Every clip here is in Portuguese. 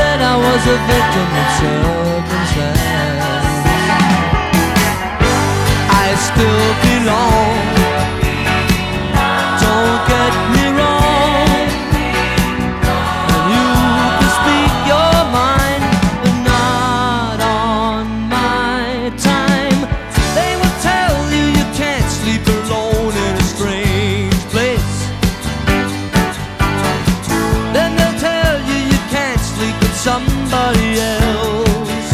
said I was a victim of circumstance. I still belong. Don't get me wrong. And you can speak your mind, but not on my time. They will tell you you can't sleep alone in a strange place. Then they'll tell you you can't sleep with somebody else.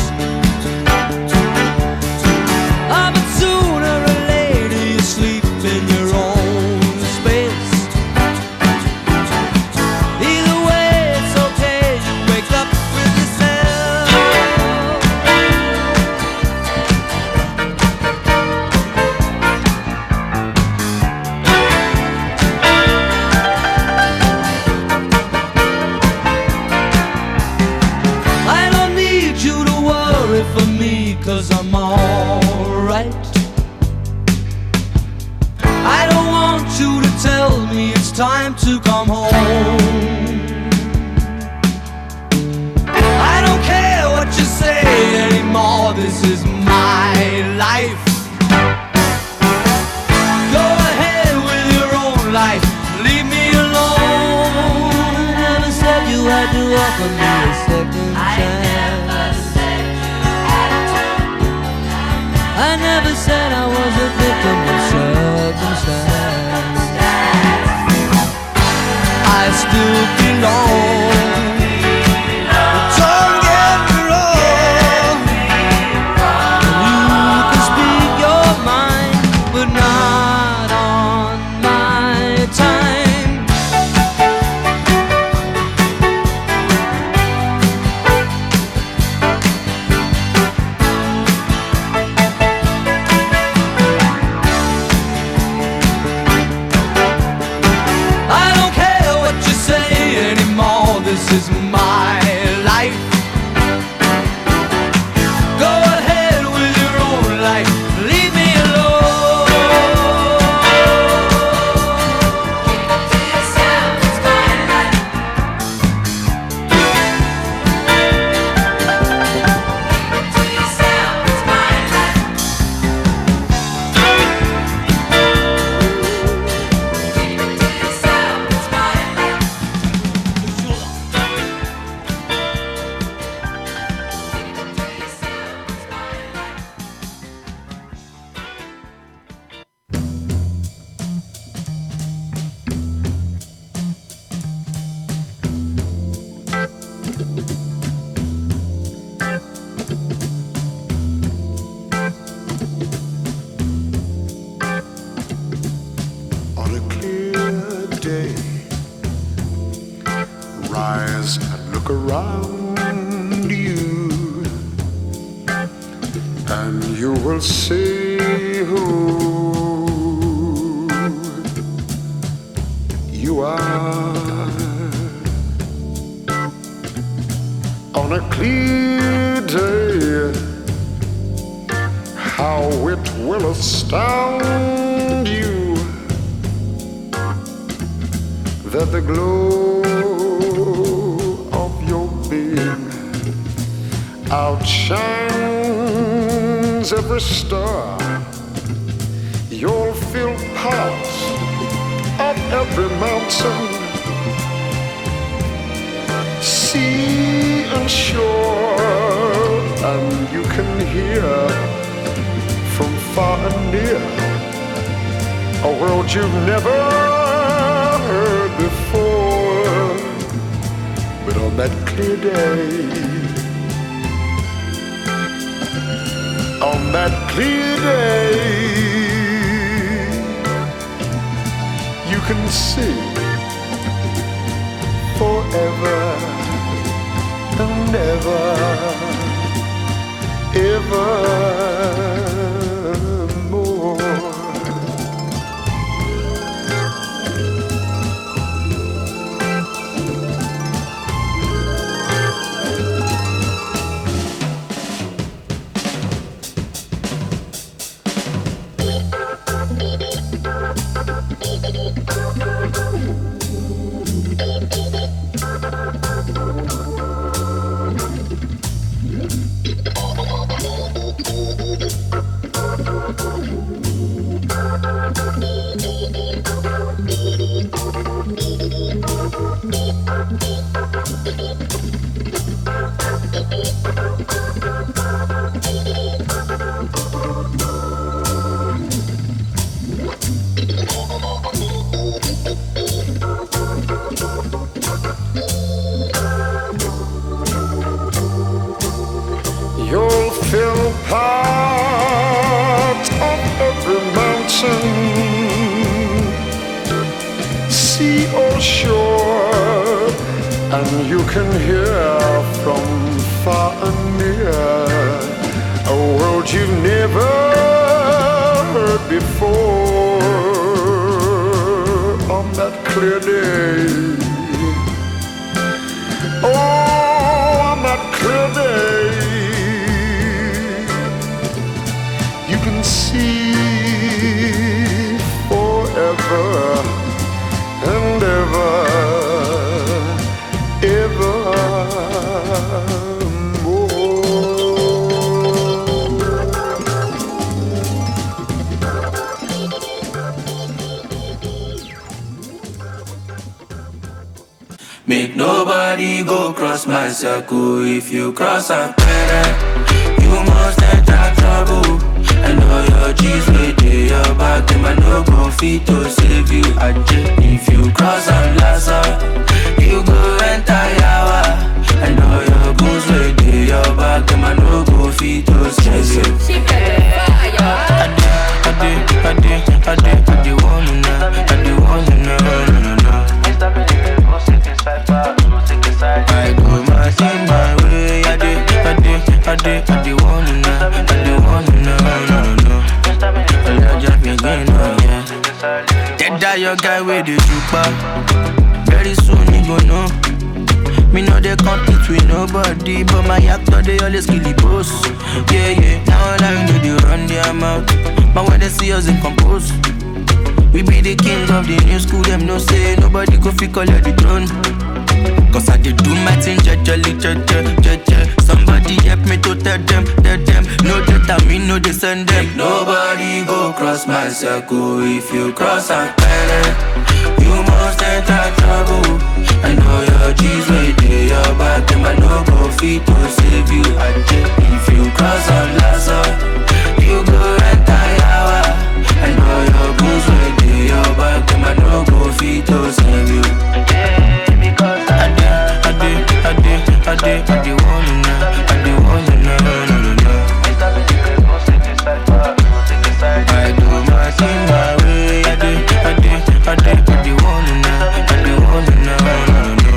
Ah, but sooner or later you sleep in your own space. Either way it's okay, you wake up with yourself. I don't need you to worry for me, 'cause I'm alright. I don't want you to tell me it's time to come home. I don't care what you say anymore, this is my life. Go ahead with your own life, leave me alone. I never said you had to offer me a second chance. I never said I was a victim of circumstance. I still belong. Don't get me wrong. You can speak your mind, but not on my time. I don't care what you say anymore, this is my life. Go ahead with your own life, leave me alone. To yourself, it's my life. To yourself, it's my life. To yourself, it's my life. On a clear day, rise and look around you, and you will see who you are. On a clear day, how it will astound you that the glow of your being outshines every star. You'll feel parts of every mountain, sea and shore, and you can hear from far and near a world you've never heard before. But on that clear day, on that clear day, you can see forever and ever, evermore. feel part of every mountain, sea or shore, and you can hear from far and near a world you've never heard before. On that clear day, oh, on that clear day, you can see forever and ever, Make nobody go cross my circle. If you cross a parent, you must enter trouble. And all your G's with your back, them I no go fit to save you. If you cross a Laza, you go enter Yawa. And all your goons with your back, them I no go fit to save you. She got the fire. I did wanna know. I do my thing my way. I did wanna know. I just begin, yeah. That your guy with the jupa. Very soon you gon' know. Me know they compete with nobody, but my actor they always kill the boss. Yeah. Now I know they run their mouth, but when they see us in compose, we be the king of the new school. Them no say nobody go fi call the throne. Cause I did do my thing, judge. Somebody help me to tell them. No that I mean, no they send them. Make nobody go cross my circle. If you cross a parent, you must enter trouble. I know your G's with your back, them I no go fit to save you. If you cross a Laza, you go enter Yawa. I know your goons with your back, them I no go fit to save you. I did wanna know. I do my thing my way. I did wanna know.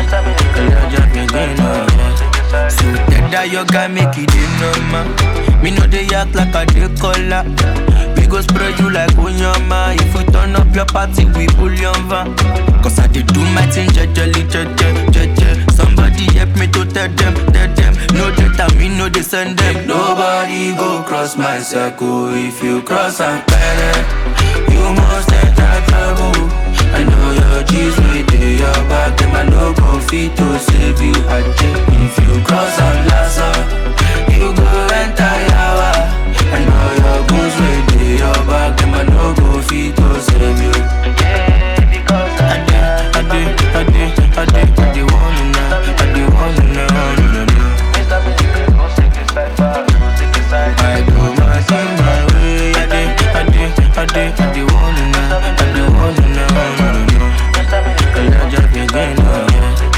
So that your guy make it in normal. Me know they act like a dey collar. We go spread you like onyama. If we turn up your party, we pull your van. Cause I did do my thing, judge. Somebody help me to tell them. No that I mean, no they send them. Nobody go cross my circle. If you cross a parent, you must enter trouble. I know your G's with your back, them I no go fit to save you. If you cross a Laza, you go enter Yawa. I know your goons with your back, them I no go fit to save you. Because I did wanna know. I do my thing my way. I did wanna know. I just begin, yeah.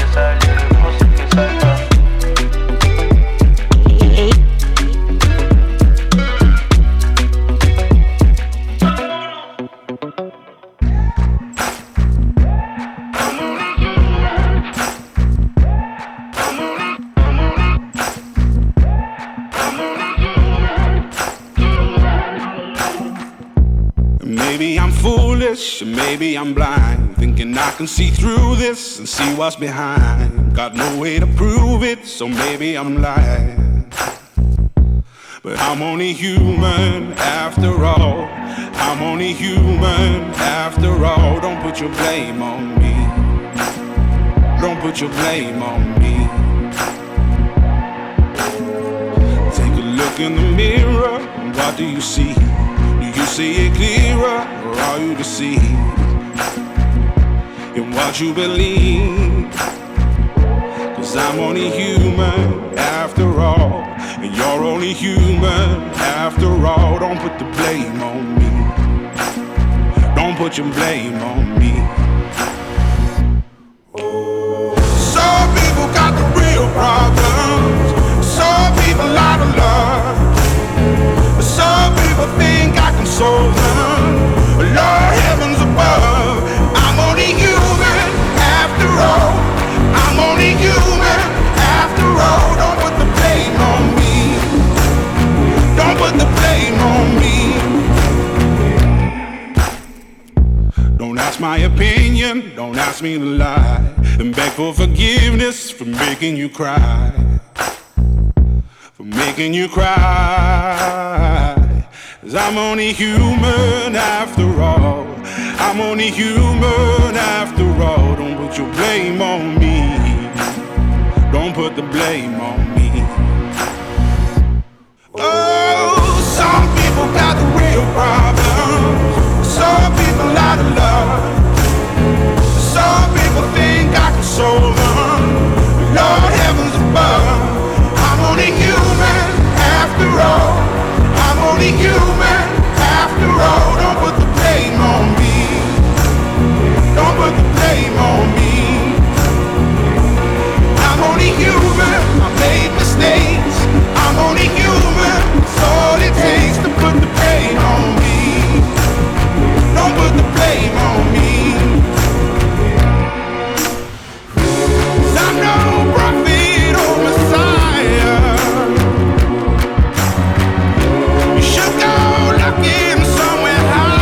Maybe I'm foolish, maybe I'm blind, thinking I can see through this and see what's behind. Got no way to prove it, so maybe I'm lying. But I'm only human after all. I'm only human after all. Don't put your blame on me. Don't put your blame on me. Take a look in the mirror, what do you see? Do you see it clearer, or are you deceived in what you believe? Cause I'm only human after all, and you're only human after all. Don't put the blame on me. Don't put your blame on me. Some people got the real problems. Some people out of love. don't ask me to lie and beg for forgiveness for making you cry. For making you cry. 'Cause I'm only human after all. I'm only human after all. Don't put your blame on me. Don't put the blame on me. Oh, some people got the real problems. Some people out of love. Some people think I can solve them. Lord heavens above. I'm only human after all. I'm only human after all. Don't put the blame on me. Don't put the blame on me. I'm only human. I made mistakes. I'm only human. It's all it takes to put the blame on me. Don't put the blame on me. 'Cause I'm no prophet or Messiah. You should go looking somewhere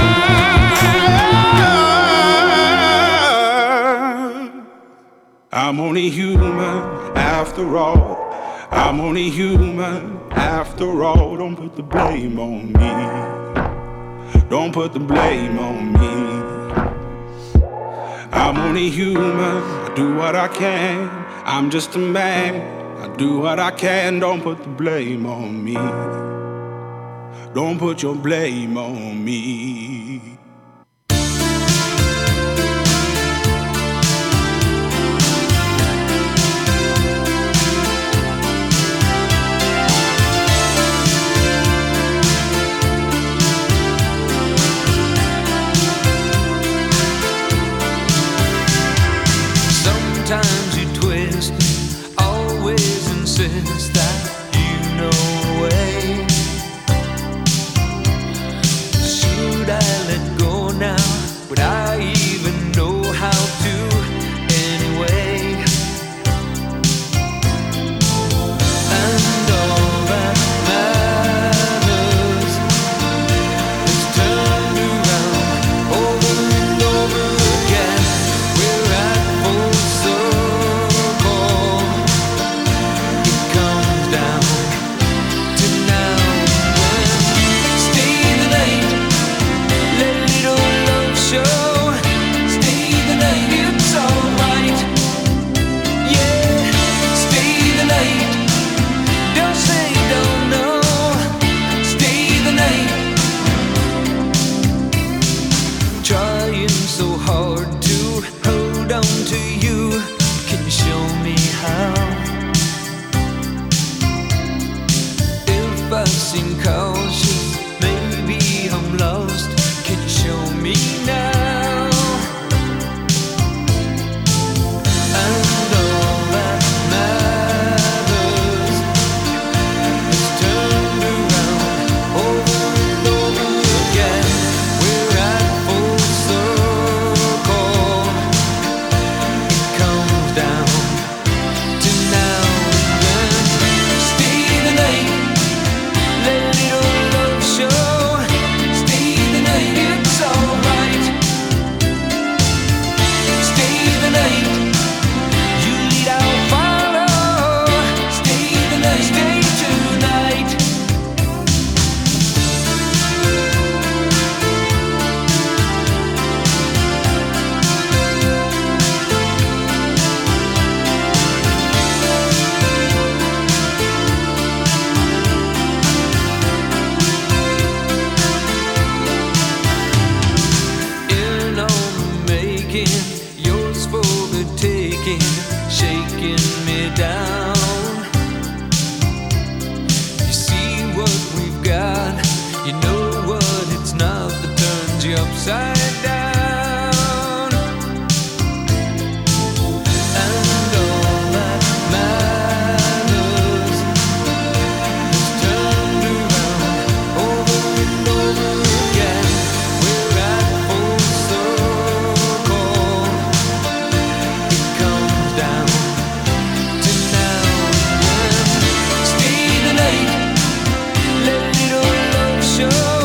high. I'm only human after all. I'm only human after all. Don't put the blame on me. Don't put the blame on me. I'm only human. I do what I can. I'm just a man. I do what I can. Don't put the blame on me. Don't put your blame on me. Sometimes you twist, always insist that you know a way. Should I let go now? Would I even know how to anyway? And all that matters is turned around over and over again. We're at full circle. It comes down to now and when. Stay the night, let a little love show. Stay the night, it's alright. Yeah, stay the night. Don't say don't know. Stay the night. Trying so hard to hold on to you. Can you show me how? If I seem cautious, maybe I'm lost. Can you show me now? And all that matters is turned around over and over again. We're at full circle. It comes down to now and when. Stay the night, let a little love show. Stay the night, it's alright. Stay the night, you lead, I'll follow. Stay the night, stay tonight. In on the making, yours for the taking, shaking me down. You see what we've got, you know what it's not that turns you upside down. And all that matters is turned around over and over again. We're at full circle. It comes down to now and when. Stay the night, let a little love show.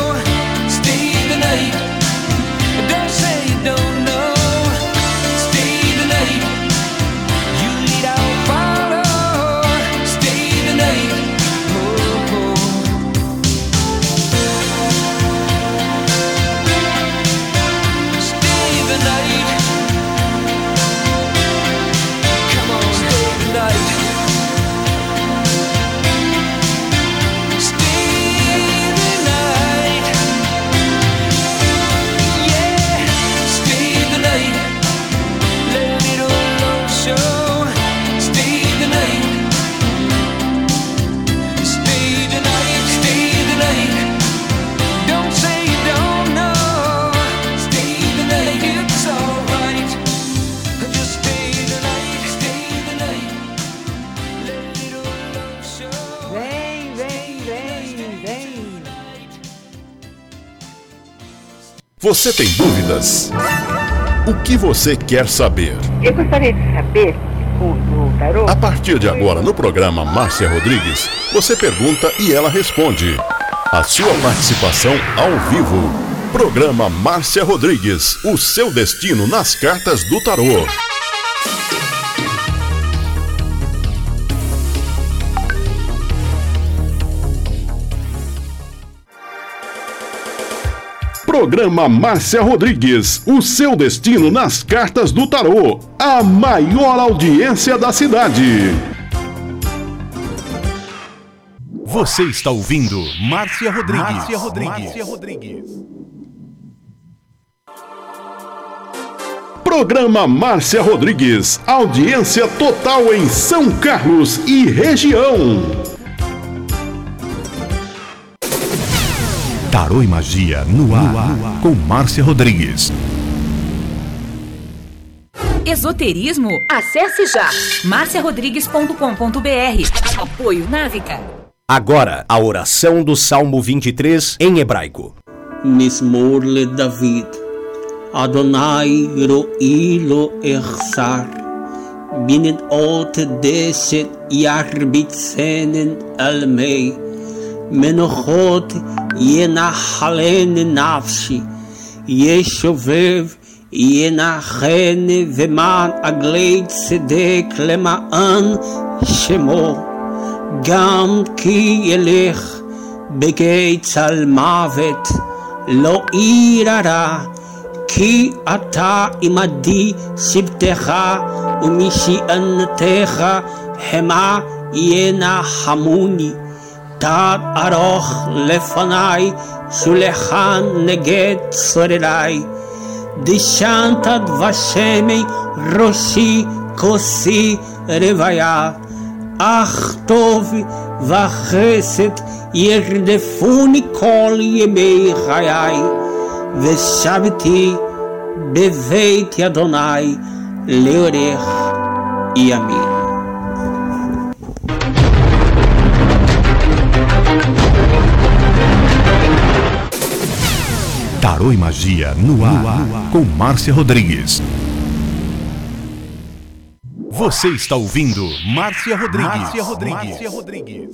Você tem dúvidas? O que você quer saber? Eu gostaria de saber o tarô. A partir de agora, no programa Márcia Rodrigues, você pergunta e ela responde. A sua participação ao vivo. Programa Márcia Rodrigues, o seu destino nas cartas do tarô. Programa Márcia Rodrigues, o seu destino nas cartas do tarô. A maior audiência da cidade. Você está ouvindo Márcia Rodrigues. Márcia Rodrigues. Programa Márcia Rodrigues. Audiência total em São Carlos e região. Tarô e Magia no ar, com Márcia Rodrigues. Esoterismo? Acesse já marciarodrigues.com.br. Apoio Návica. Agora, a oração do Salmo 23 em hebraico. Mismor le David. Adonai ro'i lo echsar. Binnen ot deset yarbitzenen almei. Menochot ינחלני נפשי, ישובב ינחני ומען עגלי צדק למען שמו, גם כי ילך בגיא צל מוות לא ירא, כי אתה עמדי שבטך ומשענתך המה ינחמוני. תד ארוך לפניי, שולחן נגד צורריי. דשנת דבשמי ראשי כוסי רוויה. אך טוב וחסד ירדפוני כל ימי חיי. ושבתי בבית אדוני לאורך ימים. Tarô e Magia no ar, com Márcia Rodrigues. Você está ouvindo Márcia Rodrigues. Márcia Rodrigues.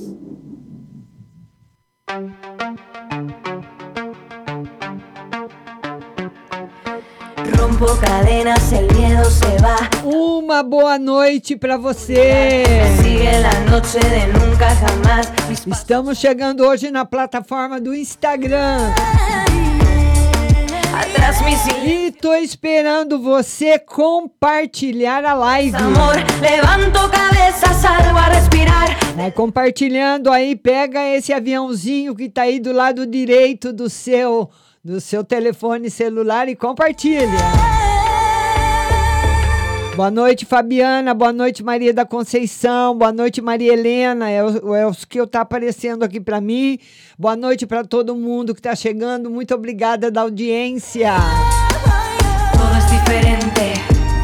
Rompo cadenas, el miedo se va. Uma boa noite para você. Sigue la noche de nunca jamás. Estamos chegando hoje na plataforma do Instagram. E tô esperando você compartilhar a live. Amor, levanto cabeça, salgo a respirar. Vai compartilhando aí, pega esse aviãozinho que tá aí do lado direito do seu telefone celular e compartilha. Boa noite, Fabiana. Boa noite, Maria da Conceição. Boa noite, Maria Helena. É o que tá aparecendo aqui para mim. Boa noite para todo mundo que tá chegando. Muito obrigada da audiência. Todo é diferente.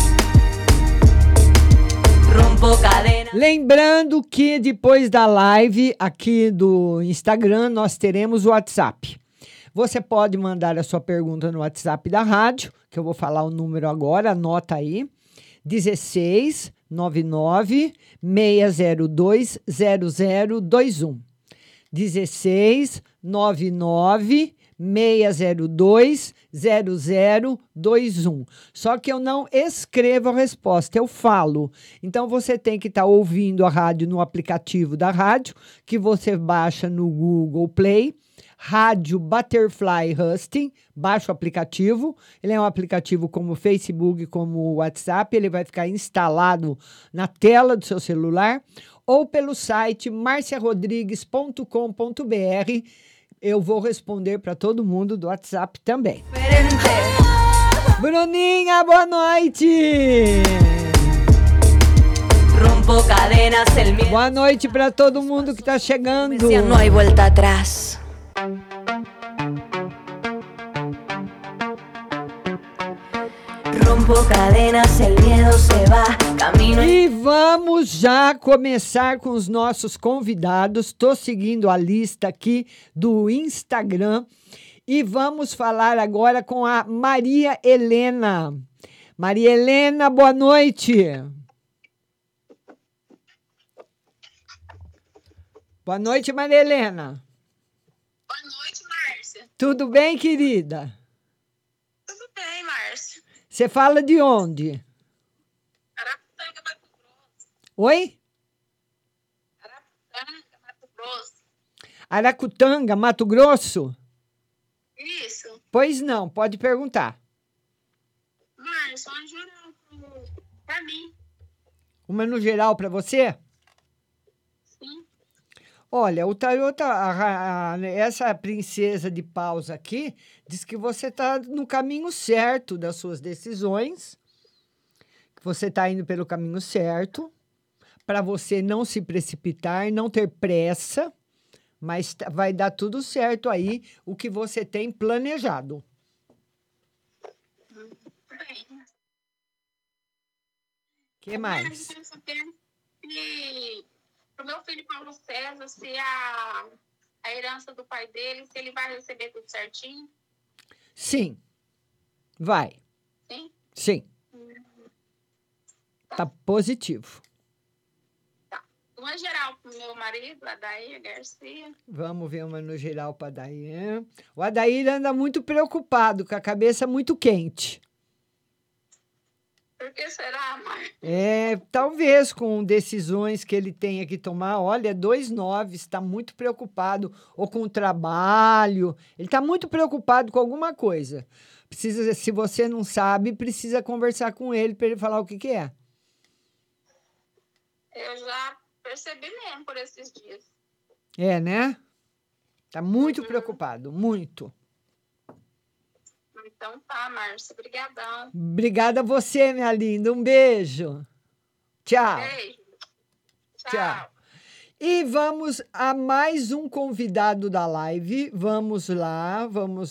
Rompo cadena. Lembrando que depois da live aqui do Instagram, nós teremos o WhatsApp. Você pode mandar a sua pergunta no WhatsApp da rádio, que eu vou falar o número agora, anota aí. 16 99 602 0021. 16 99 602 0021. Só que eu não escrevo a resposta, eu falo. Então você tem que estar ouvindo a rádio no aplicativo da rádio, que você baixa no Google Play. Rádio Butterfly Husting, baixa o aplicativo. Ele é um aplicativo como o Facebook, como o WhatsApp. Ele vai ficar instalado na tela do seu celular ou pelo site marciarodrigues.com.br. Eu vou responder para todo mundo do WhatsApp também. Bruninha, boa noite! Rompo cadenas, boa noite para todo mundo que está chegando. Não há volta atrás. Rompo cadenas, el miedo se va, camino. E vamos já começar com os nossos convidados. Estou seguindo a lista aqui do Instagram E vamos falar agora com a Maria Helena. Maria Helena, boa noite. Boa noite, Maria Helena. Boa noite, Márcia. Tudo bem, querida? Tudo bem, Márcia. Você fala de onde? Araputanga, Mato Grosso. Oi? Araputanga, Mato Grosso. Aracutanga, Mato Grosso? Isso. Pois não, pode perguntar. Márcia, uma geral pra mim. Uma no geral para você? Sim. Olha, o tarô essa princesa de paus aqui diz que você está no caminho certo das suas decisões, que você está indo pelo caminho certo, para você não se precipitar, não ter pressa, mas vai dar tudo certo aí, o que você tem planejado. Bem. O que mais? Mas eu só quero que pro meu filho Paulo César, se a herança do pai dele, se ele vai receber tudo certinho. Sim. Vai. Sim? Sim. Tá positivo. Tá. Uma geral pro meu marido, Adair Garcia. Vamos ver uma no geral para Adair. O Adair anda muito preocupado, com a cabeça muito quente. Por que será, mãe? Talvez com decisões que ele tenha que tomar. Olha, 2/9, está muito preocupado, ou com o trabalho. Ele está muito preocupado com alguma coisa. Precisa, se você não sabe, precisa conversar com ele para ele falar o que é. Eu já percebi mesmo por esses dias. Né? Está muito preocupado, muito. Então tá, Márcia. Obrigadão. Obrigada a você, minha linda. Um beijo. Tchau. Beijo. Tchau. E vamos a mais um convidado da live. Vamos lá.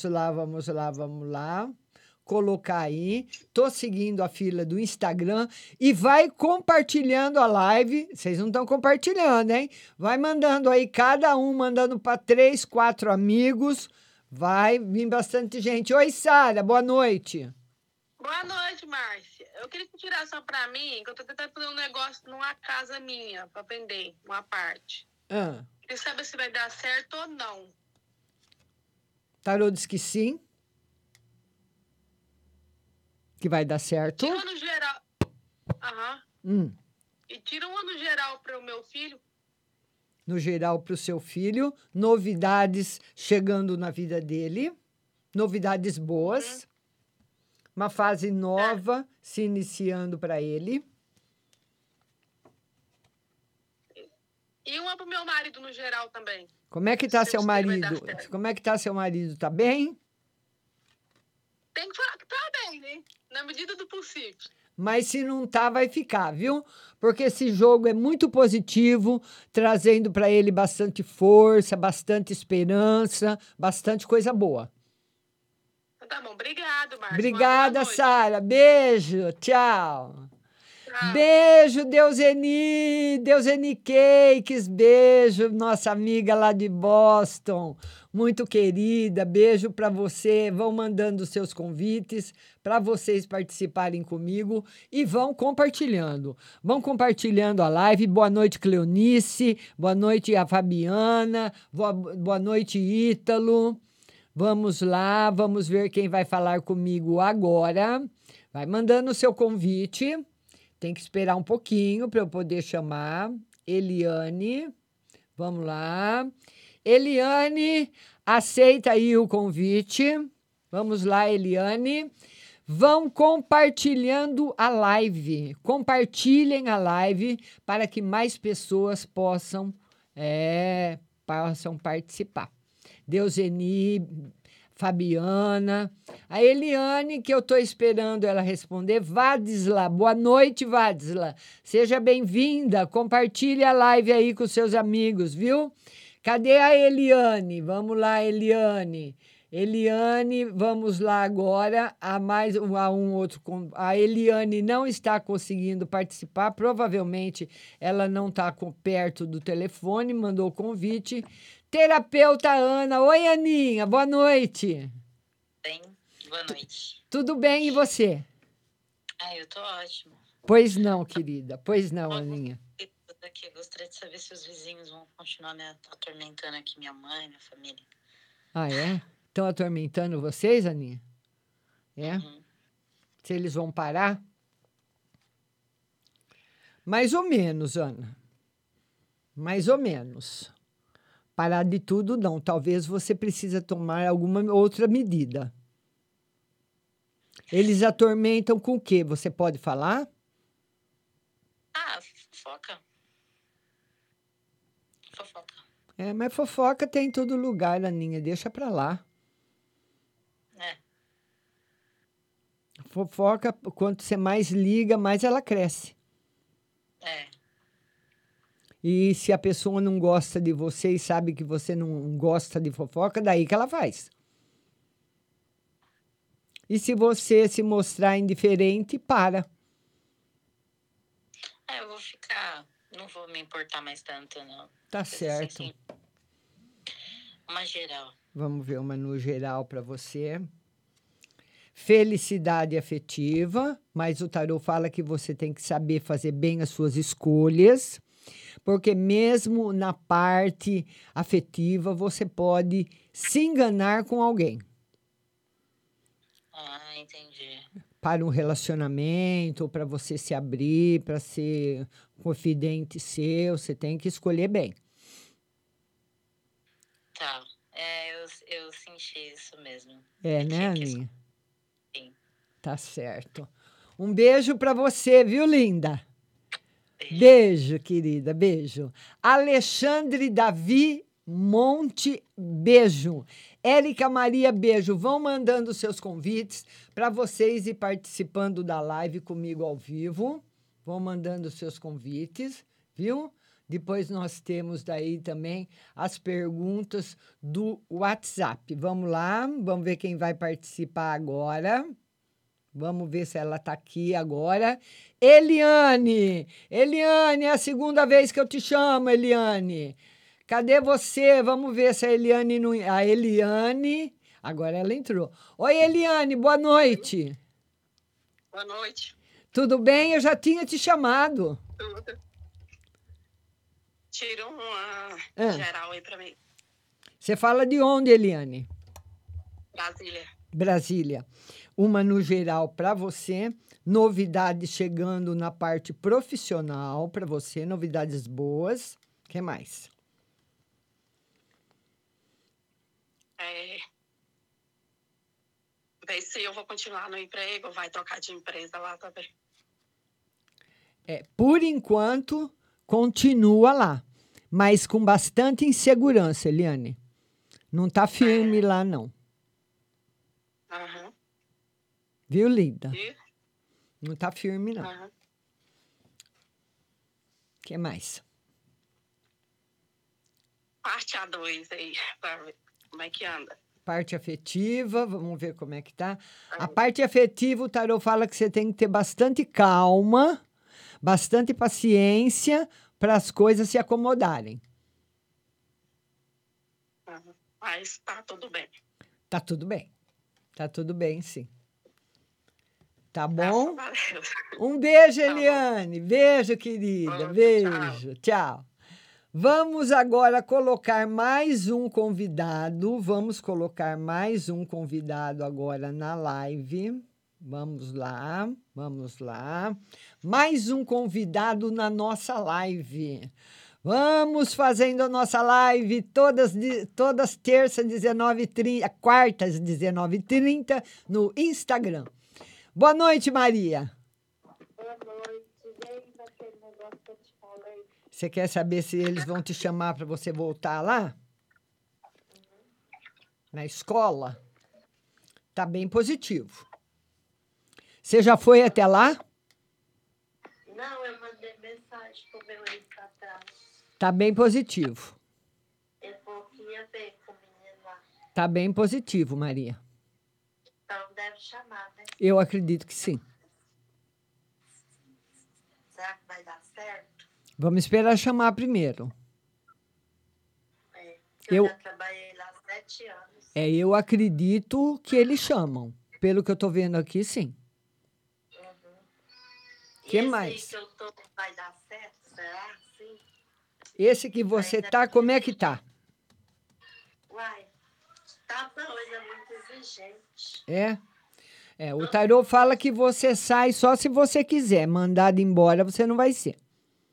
Colocar aí. Tô seguindo a fila do Instagram e vai compartilhando a live. Vocês não estão compartilhando, hein? Vai mandando aí, cada um mandando para 3, 4 amigos. Vai vir bastante gente. Oi, Sara, boa noite. Boa noite, Márcia. Eu queria que tirasse só pra mim, que eu tô tentando fazer um negócio numa casa minha, pra vender, uma parte. Queria saber se vai dar certo ou não. Tarô diz que sim. Que vai dar certo. Tira uma no geral. E tira uma no geral para o meu filho. No geral, para o seu filho. Novidades chegando na vida dele. Novidades boas. Uma fase nova se iniciando para ele. E uma para o meu marido no geral também. Como é que tá seu marido? Como é que tá seu marido? Tá bem? Tem que falar que tá bem, né? Na medida do possível. Mas se não tá, vai ficar, viu? Porque esse jogo é muito positivo, trazendo para ele bastante força, bastante esperança, bastante coisa boa. Tá bom, obrigado, Márcia. Obrigada, Sara. Beijo, tchau. Beijo, Deuseni Cakes, beijo, nossa amiga lá de Boston, muito querida, beijo para você, vão mandando seus convites para vocês participarem comigo e vão compartilhando a live. Boa noite, Cleonice, boa noite a Fabiana, boa noite, Ítalo. Vamos lá, vamos ver quem vai falar comigo agora. Vai mandando o seu convite. Tem que esperar um pouquinho para eu poder chamar. Eliane, vamos lá. Eliane, aceita aí o convite. Vamos lá, Eliane. Vão compartilhando a live. Compartilhem a live para que mais pessoas possam participar. Deuseni, Fabiana, a Eliane, que eu estou esperando ela responder. Vadisla, boa noite, Vadisla. Seja bem-vinda, compartilhe a live aí com seus amigos, viu? Cadê a Eliane? Vamos lá, Eliane. Eliane, vamos lá agora a um outro. A Eliane não está conseguindo participar, provavelmente ela não está perto do telefone, mandou o convite. Terapeuta Ana. Oi, Aninha, boa noite. Bem, boa noite. Tudo bem, e você? Eu tô ótimo. Pois não, querida, pois não, Aninha. Eu gostaria de saber se os vizinhos vão continuar me atormentando aqui, minha mãe, minha família. Ah, é? Estão atormentando vocês, Aninha? É? Uhum. Se eles vão parar? Mais ou menos, Ana. Mais ou menos. Parar de tudo, não. Talvez você precise tomar alguma outra medida. Eles atormentam com o quê? Você pode falar? Fofoca. Fofoca. Mas fofoca tem em todo lugar, Aninha. Deixa pra lá. Fofoca, quanto você mais liga, mais ela cresce. E se a pessoa não gosta de você e sabe que você não gosta de fofoca, daí que ela faz. E se você se mostrar indiferente, para. Eu vou ficar... Não vou me importar mais tanto, não. Tá certo. Assim, uma geral. Vamos ver uma no geral para você. Felicidade afetiva, mas o tarô fala que você tem que saber fazer bem as suas escolhas, porque mesmo na parte afetiva você pode se enganar com alguém. Entendi. Para um relacionamento, ou para você se abrir, para ser confidente seu, você tem que escolher bem. Tá. Eu senti isso mesmo. Né, Aninha? Sim. Tá certo. Um beijo para você, viu, linda? Beijo, querida, beijo. Alexandre Davi Monte, beijo. Érica Maria, beijo. Vão mandando seus convites para vocês ir participando da live comigo ao vivo. Vão mandando seus convites, viu? Depois nós temos daí também as perguntas do WhatsApp. Vamos lá, vamos ver quem vai participar agora. Vamos ver se ela está aqui agora. Eliane! Eliane, é a segunda vez que eu te chamo, Eliane. Cadê você? Vamos ver se a Eliane não... A Eliane... Agora ela entrou. Oi, Eliane, boa noite. Boa noite. Tudo bem? Eu já tinha te chamado. Tudo. Tira uma geral aí para mim. Você fala de onde, Eliane? Brasília. Brasília. Uma no geral para você. Novidades chegando na parte profissional para você. Novidades boas. O que mais? Ver se eu vou continuar no emprego, vai trocar de empresa lá também. Por enquanto, continua lá, mas com bastante insegurança, Eliane. Não tá firme lá, não. Uhum. Viu, linda? Não tá firme, não. Uhum. O que mais? Parte A2 aí, para ver como é que anda. Parte afetiva, vamos ver como é que tá. A parte afetiva, o tarô fala que você tem que ter bastante calma, bastante paciência para as coisas se acomodarem. Uhum. Mas tá tudo bem. Tá tudo bem. Tá tudo bem, sim. Tá bom? Um beijo, Eliane. Beijo, querida. Beijo. Tchau. Vamos agora colocar mais um convidado. Vamos colocar mais um convidado agora na live. Vamos lá, vamos lá. Mais um convidado na nossa live. Vamos fazendo a nossa live todas terças, 19h30, quartas, 19h30, no Instagram. Boa noite, Maria. Boa noite. Vem daquele negócio que eu te falei. Você quer saber se eles vão te chamar para você voltar lá? Na escola? Tá bem positivo. Você já foi até lá? Não, eu mandei mensagem pro meu ex-patrão. Tá bem positivo. Ele falou que ia ver com o menino lá. Tá bem positivo, Maria. Então deve chamar, né? Eu acredito que sim. Será que vai dar certo? Vamos esperar chamar primeiro. Eu já trabalhei lá 7 anos. Eu acredito que eles chamam. Pelo que eu tô vendo aqui, sim. O que mais? Que eu tô, vai dar certo, será? Sim. Esse que você tá, como é que tá? Uai, tá coisa muito exigente. O tarô fala que você sai só se você quiser. Mandado embora, você não vai ser.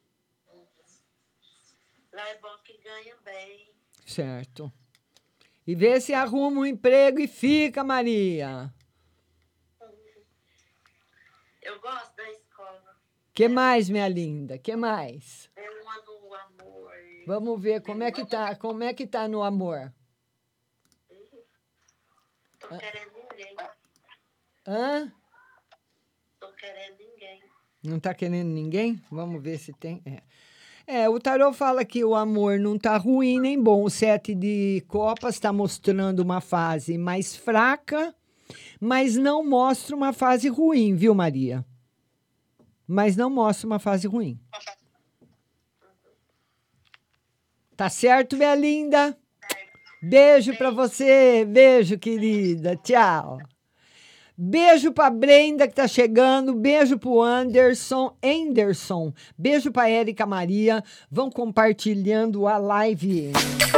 Lá é bom que ganha bem. Certo. E vê se arruma um emprego e fica, Maria. Eu gosto da escola. Que mais, minha linda? Que mais? Eu amo o amor. Vamos ver como é que tá no amor. Tô querendo ninguém. Hã? Tô querendo ninguém. Não tá querendo ninguém? Vamos ver se tem. O tarô fala que o amor não tá ruim nem bom. O 7 de copas está mostrando uma fase mais fraca, mas não mostra uma fase ruim, viu, Maria? Mas não mostra uma fase ruim. Tá certo, minha linda? Beijo pra você. Beijo, querida. Tchau. Beijo pra Brenda, que tá chegando. Beijo pro Anderson. Beijo pra Érica Maria. Vão compartilhando a live.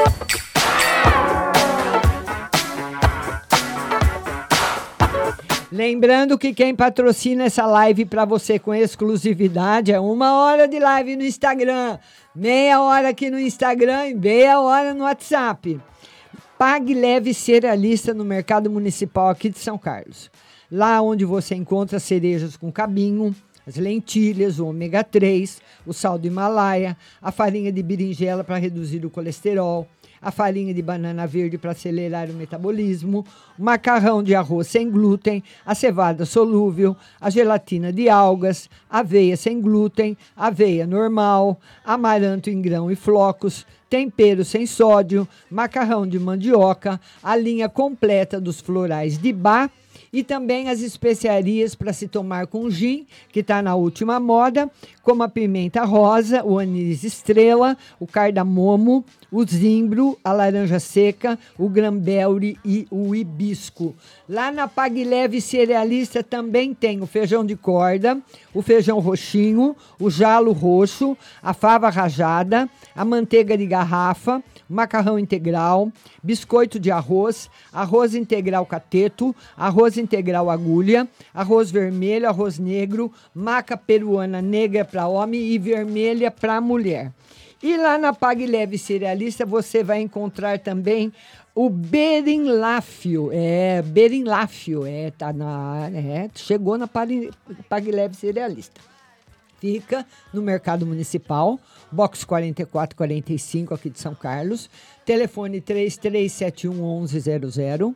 Lembrando que quem patrocina essa live para você com exclusividade é 1 hora de live no Instagram, meia hora aqui no Instagram e meia hora no WhatsApp. Pague Leve Cerealista no Mercado Municipal aqui de São Carlos. Lá onde você encontra cerejas com cabinho, as lentilhas, o ômega 3, o sal do Himalaia, a farinha de berinjela para reduzir o colesterol, a farinha de banana verde para acelerar o metabolismo, o macarrão de arroz sem glúten, a cevada solúvel, a gelatina de algas, aveia sem glúten, aveia normal, amaranto em grão e flocos, tempero sem sódio, macarrão de mandioca, a linha completa dos florais de Bach, e também as especiarias para se tomar com gin, que está na última moda, como a pimenta rosa, o anis estrela, o cardamomo, o zimbro, a laranja seca, o granberry e o hibisco. Lá na Pague Leve Cerealista também tem o feijão de corda, o feijão roxinho, o jalo roxo, a fava rajada, a manteiga de garrafa, o macarrão integral, biscoito de arroz, arroz integral cateto, arroz integral agulha, arroz vermelho, arroz negro, maca peruana negra para homem e vermelha para mulher. E lá na Pague Leve Cerealista você vai encontrar também o berinláfio. Chegou na Pague Leve Cerealista. Fica no Mercado Municipal, box 4445 aqui de São Carlos. Telefone 3371-1100,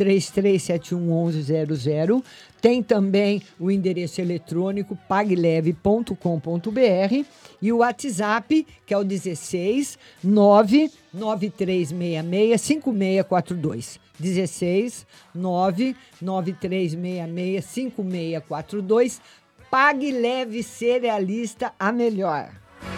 3371-1100. Tem também o endereço eletrônico pagleve.com.br e o WhatsApp, que é o 16 993665642. 16 993665642. Pague Leve Cerealista, a melhor.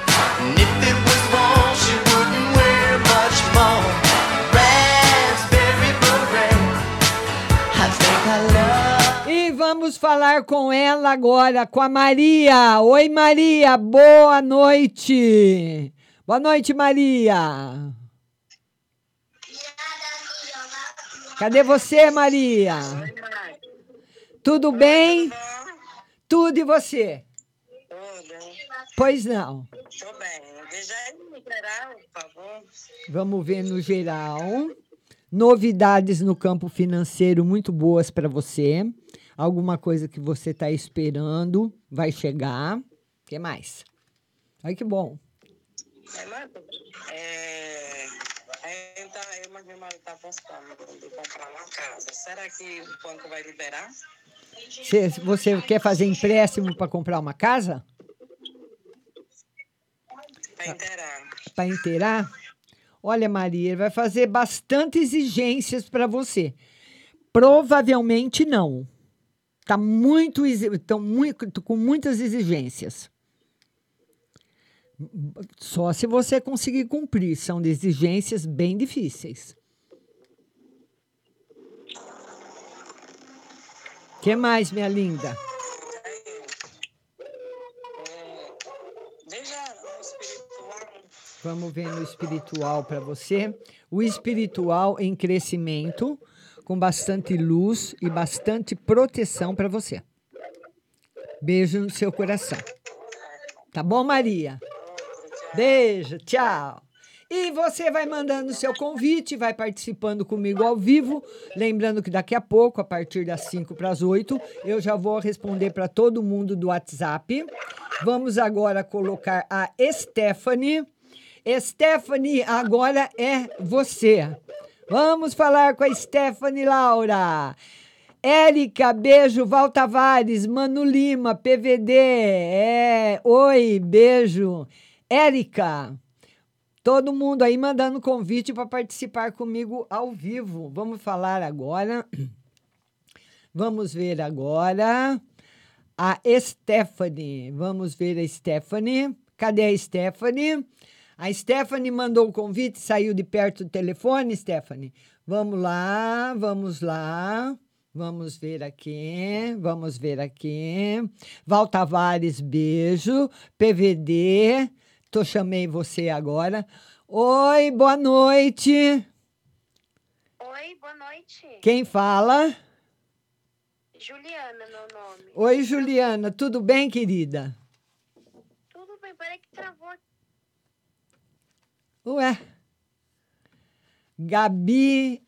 E vamos falar com ela agora, com a Maria. Oi, Maria, boa noite. Boa noite, Maria. Cadê você, Maria? Tudo bem? Tudo, e você? Tudo. Pois não. Tô bem. Veja aí no geral, por favor. Vamos ver no geral. Novidades no campo financeiro muito boas para você. Alguma coisa que você está esperando vai chegar. O que mais? Ai, que bom. Meu marido está postando de comprar uma casa. Será que o banco vai liberar? Você quer fazer empréstimo para comprar uma casa? Para inteirar. Para inteirar? Olha, Maria, ele vai fazer bastante exigências para você. Provavelmente não. Estão com muitas exigências. Só se você conseguir cumprir. São de exigências bem difíceis. O que mais, minha linda? Vamos ver no espiritual para você. O espiritual em crescimento, com bastante luz e bastante proteção para você. Beijo no seu coração. Tá bom, Maria? Beijo, tchau. E você vai mandando o seu convite, vai participando comigo ao vivo. Lembrando que daqui a pouco, a partir das 7:55, eu já vou responder para todo mundo do WhatsApp. Vamos agora colocar a Stephanie. Stephanie, agora é você. Vamos falar com a Stephanie Laura. Érica, beijo. Val Tavares, Mano Lima, PVD. Oi, beijo. Érica, todo mundo aí mandando convite para participar comigo ao vivo. Vamos falar agora. Vamos ver agora a Stephanie. Vamos ver a Stephanie. Cadê a Stephanie? A Stephanie mandou o convite, saiu de perto do telefone, Stephanie. Vamos lá, vamos lá. Vamos ver aqui, vamos ver aqui. Val Tavares, beijo. PVD, chamei você agora. Oi, boa noite. Oi, boa noite. Quem fala? Juliana, meu nome. Oi, Juliana, tudo bem, querida? Tudo bem, peraí que travou aqui. Ué. Gabi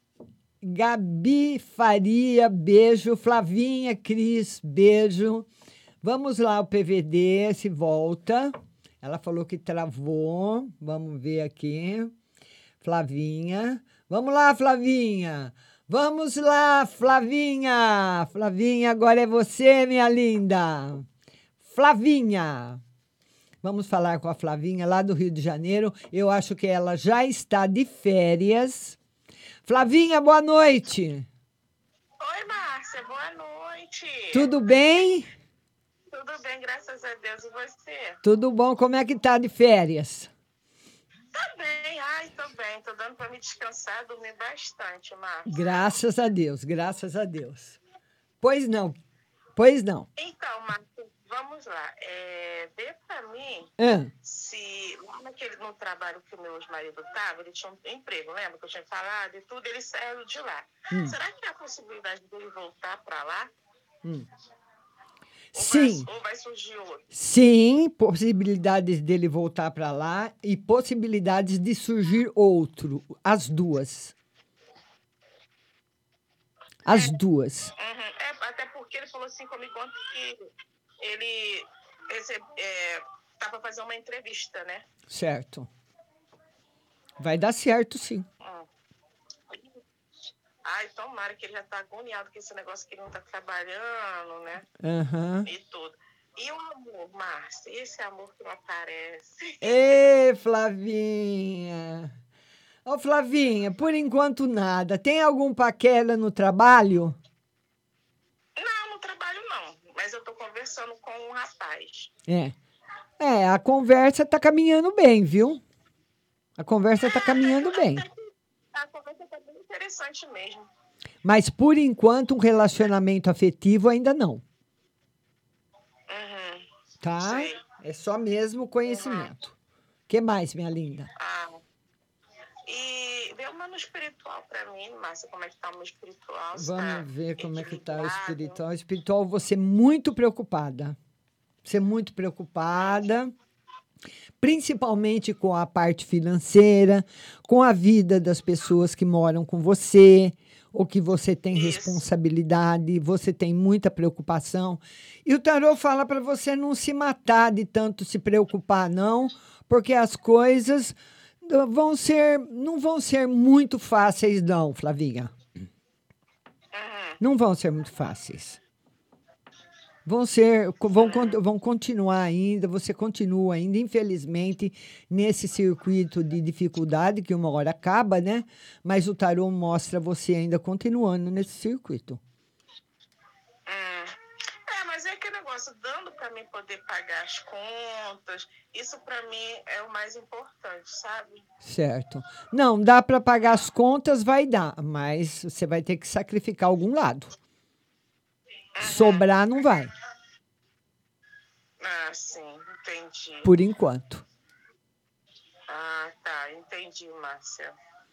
Faria, beijo. Flavinha Cris, beijo. Vamos lá, o PVD, se volta. Ela falou que travou. Vamos ver aqui. Flavinha. Vamos lá, Flavinha. Vamos lá, Flavinha. Flavinha, agora é você, minha linda. Flavinha. Vamos falar com a Flavinha lá do Rio de Janeiro. Eu acho que ela já está de férias. Flavinha, boa noite. Oi, Márcia, boa noite. Tudo bem? Tudo bem, graças a Deus. E você? Tudo bom. Como é que tá de férias? Tá bem, tô bem. Tô dando para me descansar, dormir bastante, Márcia. Graças a Deus, graças a Deus. Pois não, pois não. Então, Márcia, vamos lá. Vê para mim se lá no trabalho que o meu ex-marido estava, ele tinha um emprego, lembra que eu tinha falado e tudo, ele saiu de lá. Será que há a possibilidade dele voltar para lá? Sim. Ou vai surgir outro? Sim, possibilidades dele voltar para lá e possibilidades de surgir outro. As duas. As duas. Até porque ele falou assim comigo ontem que ele tá para fazer uma entrevista, né? Certo. Vai dar certo, sim. Tomara que ele já tá agoniado com esse negócio que ele não tá trabalhando, né? E tudo. E o amor, Márcia? Esse amor que não aparece? Ei, Flavinha! Ô, Flavinha, por enquanto nada. Tem algum paquera no trabalho? Não, no trabalho não. Mas eu tô conversando com um rapaz. A conversa tá caminhando bem, viu? A conversa tá caminhando bem. A conversa tá bem interessante mesmo. Mas, por enquanto, um relacionamento afetivo ainda não. Tá? Sei. É só mesmo conhecimento. O que mais, minha linda? E vê uma no espiritual pra mim, Márcia, como é que tá o meu espiritual. Vamos ver como é que tá o espiritual. O espiritual, você muito preocupada. Você muito preocupada. Principalmente com a parte financeira, com a vida das pessoas que moram com você, ou que você tem responsabilidade, você tem muita preocupação. E o tarô fala para você não se matar de tanto se preocupar, não, porque as coisas não vão ser muito fáceis, não, Flavinha. Não vão ser muito fáceis. Vão continuar ainda, você continua ainda, infelizmente, nesse circuito de dificuldade, que uma hora acaba, né? Mas o tarô mostra você ainda continuando nesse circuito. Mas é aquele negócio, dando para mim poder pagar as contas, isso para mim é o mais importante, sabe? Certo. Não, dá para pagar as contas, vai dar, mas você vai ter que sacrificar algum lado. Sobrar não vai. Sim, entendi. Por enquanto. Tá, entendi, Márcia.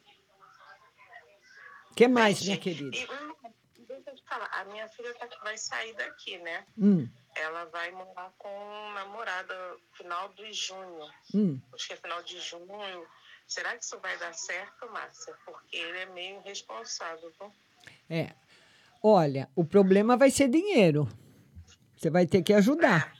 O que mais, minha querida? Deixa eu te falar, a minha filha vai sair daqui, né? Ela vai morar com um namorado final de junho. Acho que é final de junho. Será que isso vai dar certo, Márcia? Porque ele é meio irresponsável, viu? Olha, o problema vai ser dinheiro. Você vai ter que ajudar.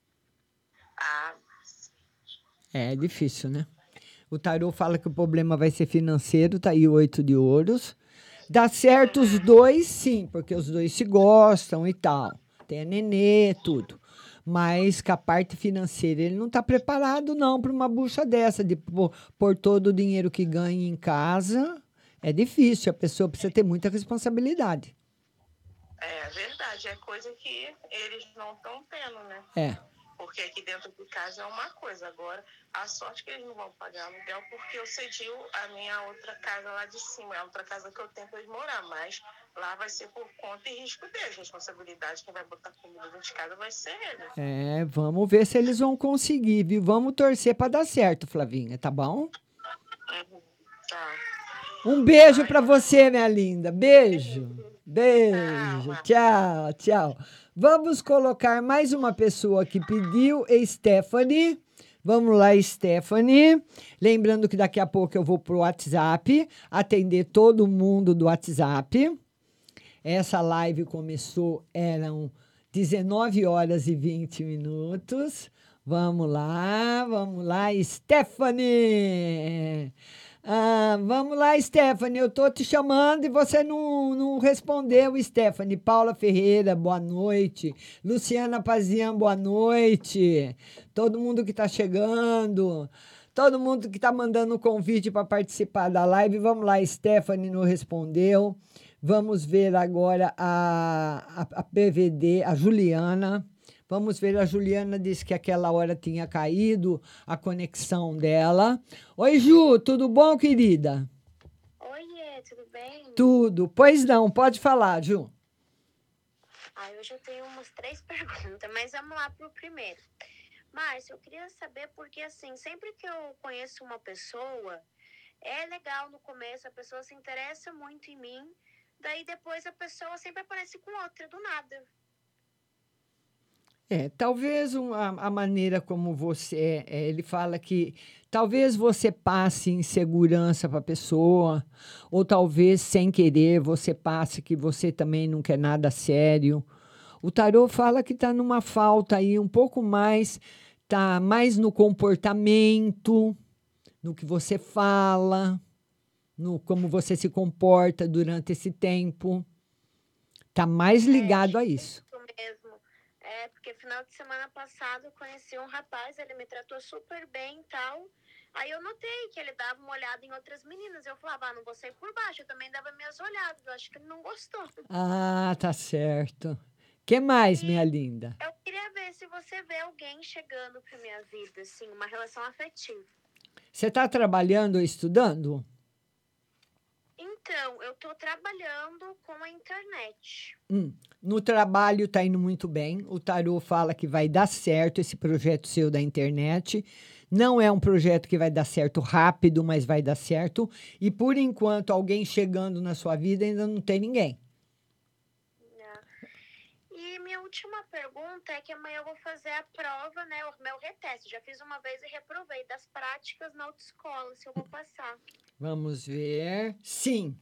É difícil, né? O tarô fala que o problema vai ser financeiro, tá aí o 8 de ouros. Dá certo os dois, sim, porque os dois se gostam e tal. Tem a nenê, tudo. Mas com a parte financeira, ele não está preparado, não, para uma bucha dessa, de pôr todo o dinheiro que ganha em casa. É difícil, a pessoa precisa ter muita responsabilidade. É verdade, é coisa que eles não estão tendo, né? Porque aqui dentro de casa é uma coisa. Agora, a sorte que eles não vão pagar aluguel, porque eu cedi a minha outra casa lá de cima. É a outra casa que eu tenho para eles morar, mas lá vai ser por conta e risco deles. Responsabilidade, quem vai botar comida dentro de casa vai ser ele. Vamos ver se eles vão conseguir, viu? Vamos torcer para dar certo, Flavinha, tá bom? Tá. Um beijo para você, minha linda. Beijo. Beijo. Tchau, tchau. Vamos colocar mais uma pessoa que pediu, Stephanie. Vamos lá, Stephanie. Lembrando que daqui a pouco eu vou pro WhatsApp, atender todo mundo do WhatsApp. Essa live começou, eram 19 horas e 20 minutos. Vamos lá, Stephanie. Vamos lá, Stephanie, eu tô te chamando e você não respondeu, Stephanie. Paula Ferreira, boa noite. Luciana Pazian, boa noite. Todo mundo que tá chegando, todo mundo que tá mandando um convite para participar da live. Vamos lá, Stephanie não respondeu. Vamos ver agora a PVD, a Juliana. Vamos ver, a Juliana disse que aquela hora tinha caído a conexão dela. Oi, Ju, tudo bom, querida? Oiê, tudo bem? Tudo. Pois não, pode falar, Ju. Hoje eu tenho umas 3 perguntas, mas vamos lá pro primeiro. Márcia, eu queria saber porque, assim, sempre que eu conheço uma pessoa, é legal no começo, a pessoa se interessa muito em mim, daí depois a pessoa sempre aparece com outra, do nada. Talvez a maneira como você ele fala que talvez você passe insegurança para a pessoa, ou talvez sem querer você passe que você também não quer nada sério. O tarô fala que está numa falta aí um pouco mais, está mais no comportamento, no que você fala, no como você se comporta durante esse tempo. Está mais ligado a isso. Porque final de semana passado eu conheci um rapaz, ele me tratou super bem e tal. Aí eu notei que ele dava uma olhada em outras meninas. Eu falava, não vou sair por baixo. Eu também dava minhas olhadas. Eu acho que ele não gostou. Tá certo. Que mais, minha linda? Eu queria ver se você vê alguém chegando pra minha vida, assim, uma relação afetiva. Você está trabalhando ou estudando? Então, eu estou trabalhando com a internet. No trabalho está indo muito bem. O tarô fala que vai dar certo esse projeto seu da internet. Não é um projeto que vai dar certo rápido, mas vai dar certo. E, por enquanto, alguém chegando na sua vida ainda não tem ninguém. E minha última pergunta é que amanhã eu vou fazer a prova, né? O meu reteste. Já fiz uma vez e reprovei das práticas na autoescola, se eu vou passar. Vamos ver. Sim.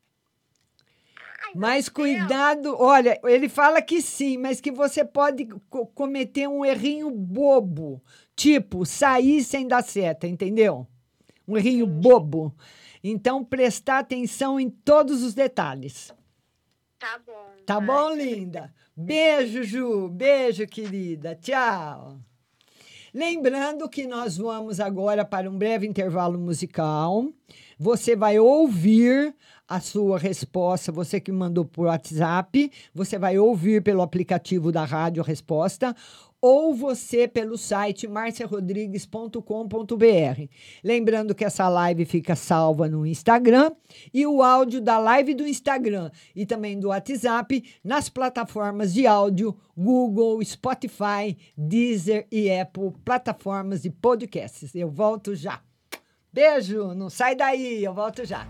Mas cuidado, olha, ele fala que sim, mas que você pode cometer um errinho bobo, tipo sair sem dar seta, entendeu? Um errinho bobo. Então, prestar atenção em todos os detalhes. Tá bom. Tá bom, linda? Beijo, Ju. Beijo, querida. Tchau. Lembrando que nós vamos agora para um breve intervalo musical. Você vai ouvir a sua resposta, você que mandou por WhatsApp, você vai ouvir pelo aplicativo da rádio a resposta, ou você pelo site marciarodrigues.com.br. Lembrando que essa live fica salva no Instagram e o áudio da live do Instagram e também do WhatsApp nas plataformas de áudio Google, Spotify, Deezer e Apple, plataformas de podcasts. Eu volto já. Beijo, não sai daí, eu volto já.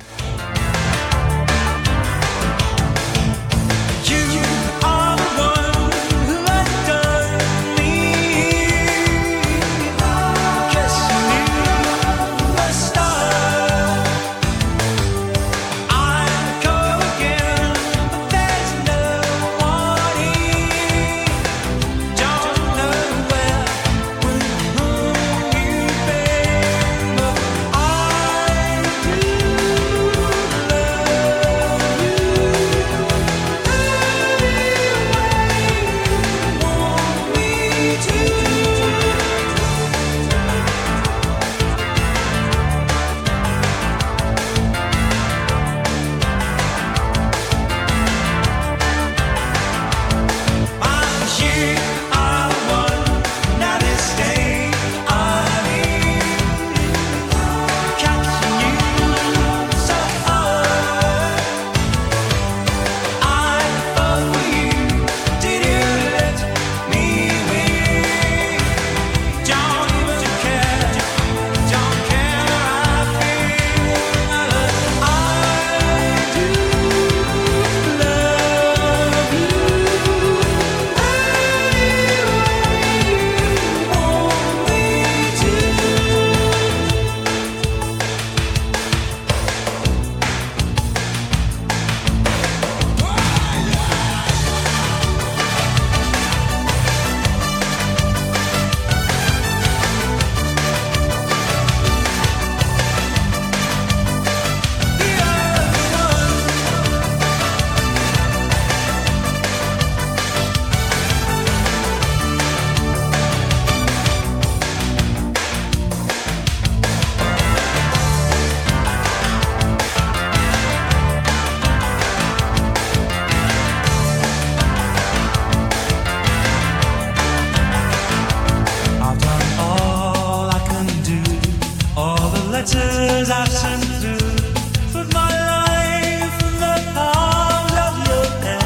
letters I've sent through, put my life in the palms of your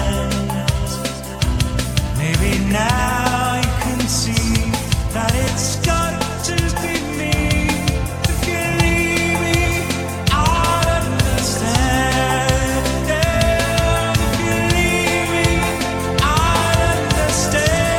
hands. Maybe now you can see that it's got to be me. If you leave me, I'll understand. If you leave me, I'll understand.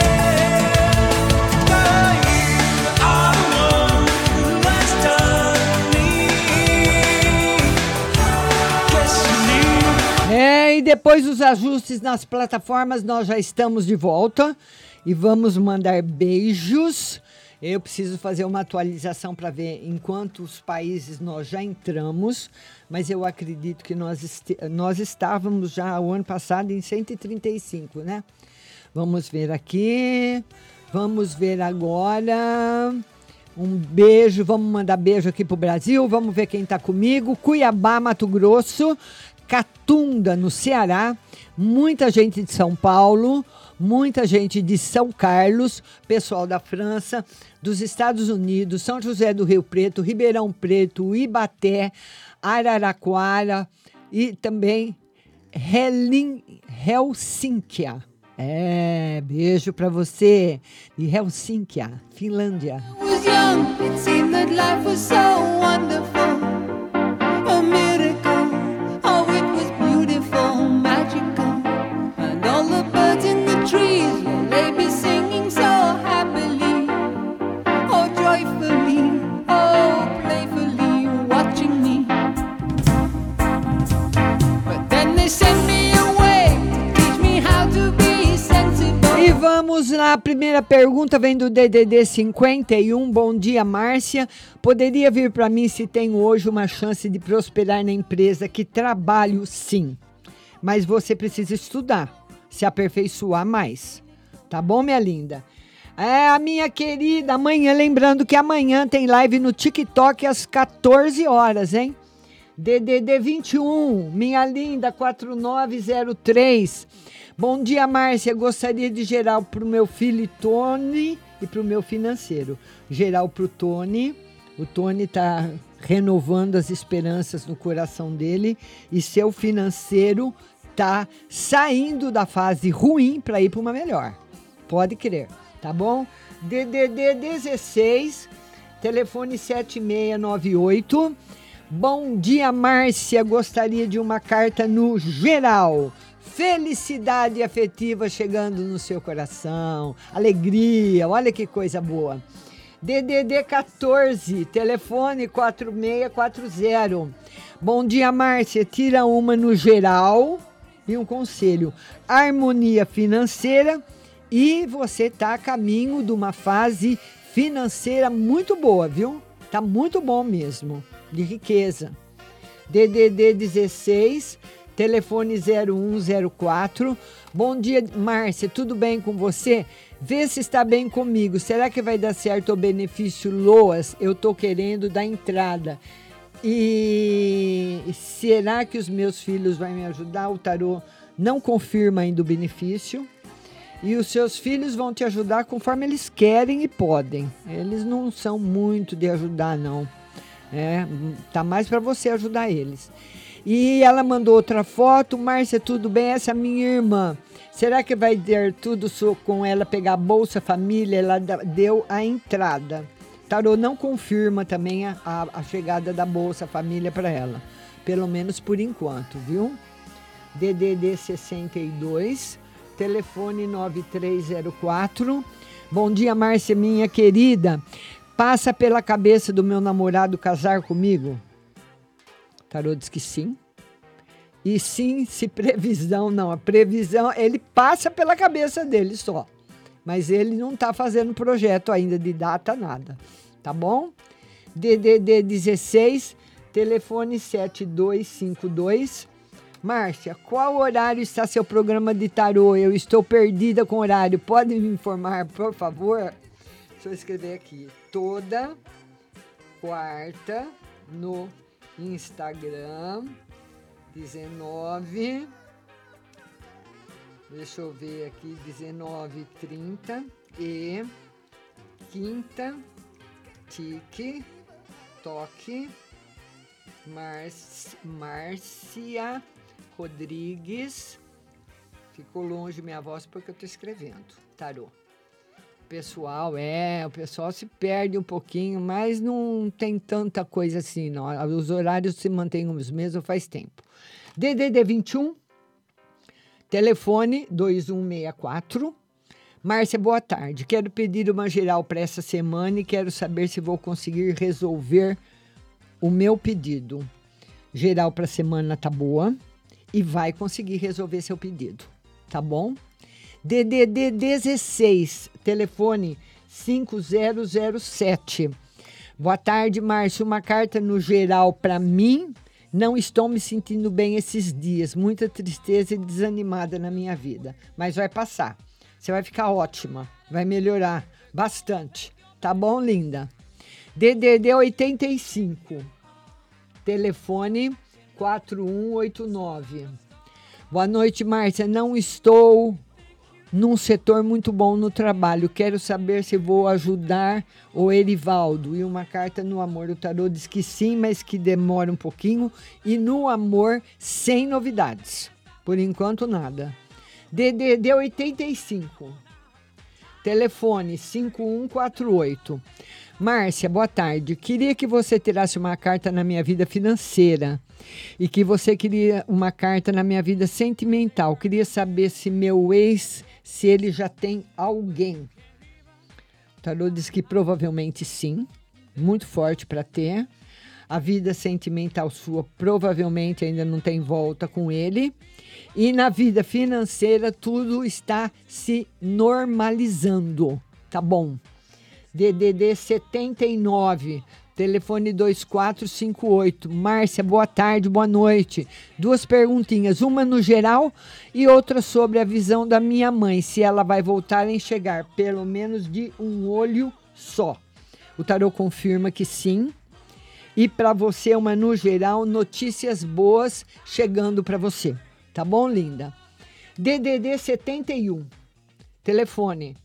E depois dos ajustes nas plataformas, nós já estamos de volta e vamos mandar beijos. Eu preciso fazer uma atualização para ver em quantos países nós já entramos, mas eu acredito que nós estávamos já o ano passado em 135, né? Vamos ver aqui, vamos ver agora. Um beijo, vamos mandar beijo aqui pro Brasil, vamos ver quem está comigo. Cuiabá, Mato Grosso, Catunda, no Ceará, muita gente de São Paulo, muita gente de São Carlos, pessoal da França, dos Estados Unidos, São José do Rio Preto, Ribeirão Preto, Ibaté, Araraquara e também Helsínquia. Beijo para você de Helsínquia, Finlândia. E vamos lá, a primeira pergunta vem do DDD 51. Bom dia, Márcia. Poderia vir para mim se tenho hoje uma chance de prosperar na empresa que trabalho? Sim. mas você precisa estudar, se aperfeiçoar mais. Tá bom, minha linda? A minha querida, amanhã, lembrando que amanhã tem live no TikTok às 14 horas, hein? DDD 21, minha linda, 4903. Bom dia, Márcia. Gostaria de geral para o meu filho Tony e para o meu financeiro. Geral para o Tony. O Tony está renovando as esperanças no coração dele. E seu financeiro está saindo da fase ruim para ir para uma melhor. Pode crer, tá bom? DDD 16, telefone 7698. Bom dia, Márcia. Gostaria de uma carta no geral. Felicidade afetiva chegando no seu coração. Alegria, olha que coisa boa. DDD 14, telefone 4640. Bom dia, Márcia. Tira uma no geral e um conselho. Harmonia financeira e você está a caminho de uma fase financeira muito boa, viu? Tá muito bom mesmo. De riqueza. DDD 16, telefone 0104. Bom dia, Márcia, tudo bem com você? Vê se está bem comigo. Será que vai dar certo o benefício LOAS? Eu tô querendo dar entrada. E será que os meus filhos vão me ajudar? O tarô não confirma ainda o benefício. E os seus filhos vão te ajudar conforme eles querem e podem. Eles não são muito de ajudar, não. Tá mais para você ajudar eles. E ela mandou outra foto. Márcia, tudo bem? Essa é a minha irmã. Será que vai dar tudo com ela pegar a Bolsa Família? Ela deu a entrada. Tarô não confirma também a chegada da Bolsa Família para ela. Pelo menos por enquanto, viu? DDD 62, telefone 9304. Bom dia, Márcia, minha querida. Passa pela cabeça do meu namorado casar comigo? Tarô diz que sim. E sim, se previsão, não. A previsão, ele passa pela cabeça dele só. Mas ele não está fazendo projeto ainda de data, nada. Tá bom? DDD 16, telefone 7252. Márcia, qual horário está seu programa de tarô? Eu estou perdida com horário. Pode me informar, por favor? Deixa eu escrever aqui. Toda quarta no Instagram, 19. Deixa eu ver aqui, 19h30. E quinta, TikTok, Márcia Rodrigues. Ficou longe minha voz porque eu estou escrevendo. Tarô. O pessoal se perde um pouquinho, mas não tem tanta coisa assim, não. Os horários se mantêm os mesmos faz tempo. DDD 21, telefone 2164. Márcia, boa tarde. Quero pedir uma geral para essa semana e quero saber se vou conseguir resolver o meu pedido. Geral para a semana tá boa e vai conseguir resolver seu pedido, tá bom? DDD 16, telefone 5007. Boa tarde, Márcia. Uma carta no geral para mim. Não estou me sentindo bem esses dias. Muita tristeza e desanimada na minha vida. Mas vai passar. Você vai ficar ótima. Vai melhorar bastante. Tá bom, linda? DDD 85, telefone 4189. Boa noite, Márcia. Não estou num setor muito bom no trabalho. Quero saber se vou ajudar o Erivaldo. E uma carta no amor. O tarô diz que sim, mas que demora um pouquinho. E no amor, sem novidades. Por enquanto, nada. DDD 85. Telefone 5148. Márcia, boa tarde. Queria que você tirasse uma carta na minha vida financeira. E que você queria uma carta na minha vida sentimental. Queria saber se meu ex, se ele já tem alguém. O tarô diz que provavelmente sim. Muito forte para ter. A vida sentimental sua provavelmente ainda não tem volta com ele. E na vida financeira tudo está se normalizando. Tá bom? DDD 79, telefone 2458. Márcia, boa tarde, boa noite. 2 perguntinhas, uma no geral e outra sobre a visão da minha mãe, se ela vai voltar a enxergar pelo menos de um olho só. O tarô confirma que sim. E para você, uma no geral, notícias boas chegando para você. Tá bom, linda? DDD 71, telefone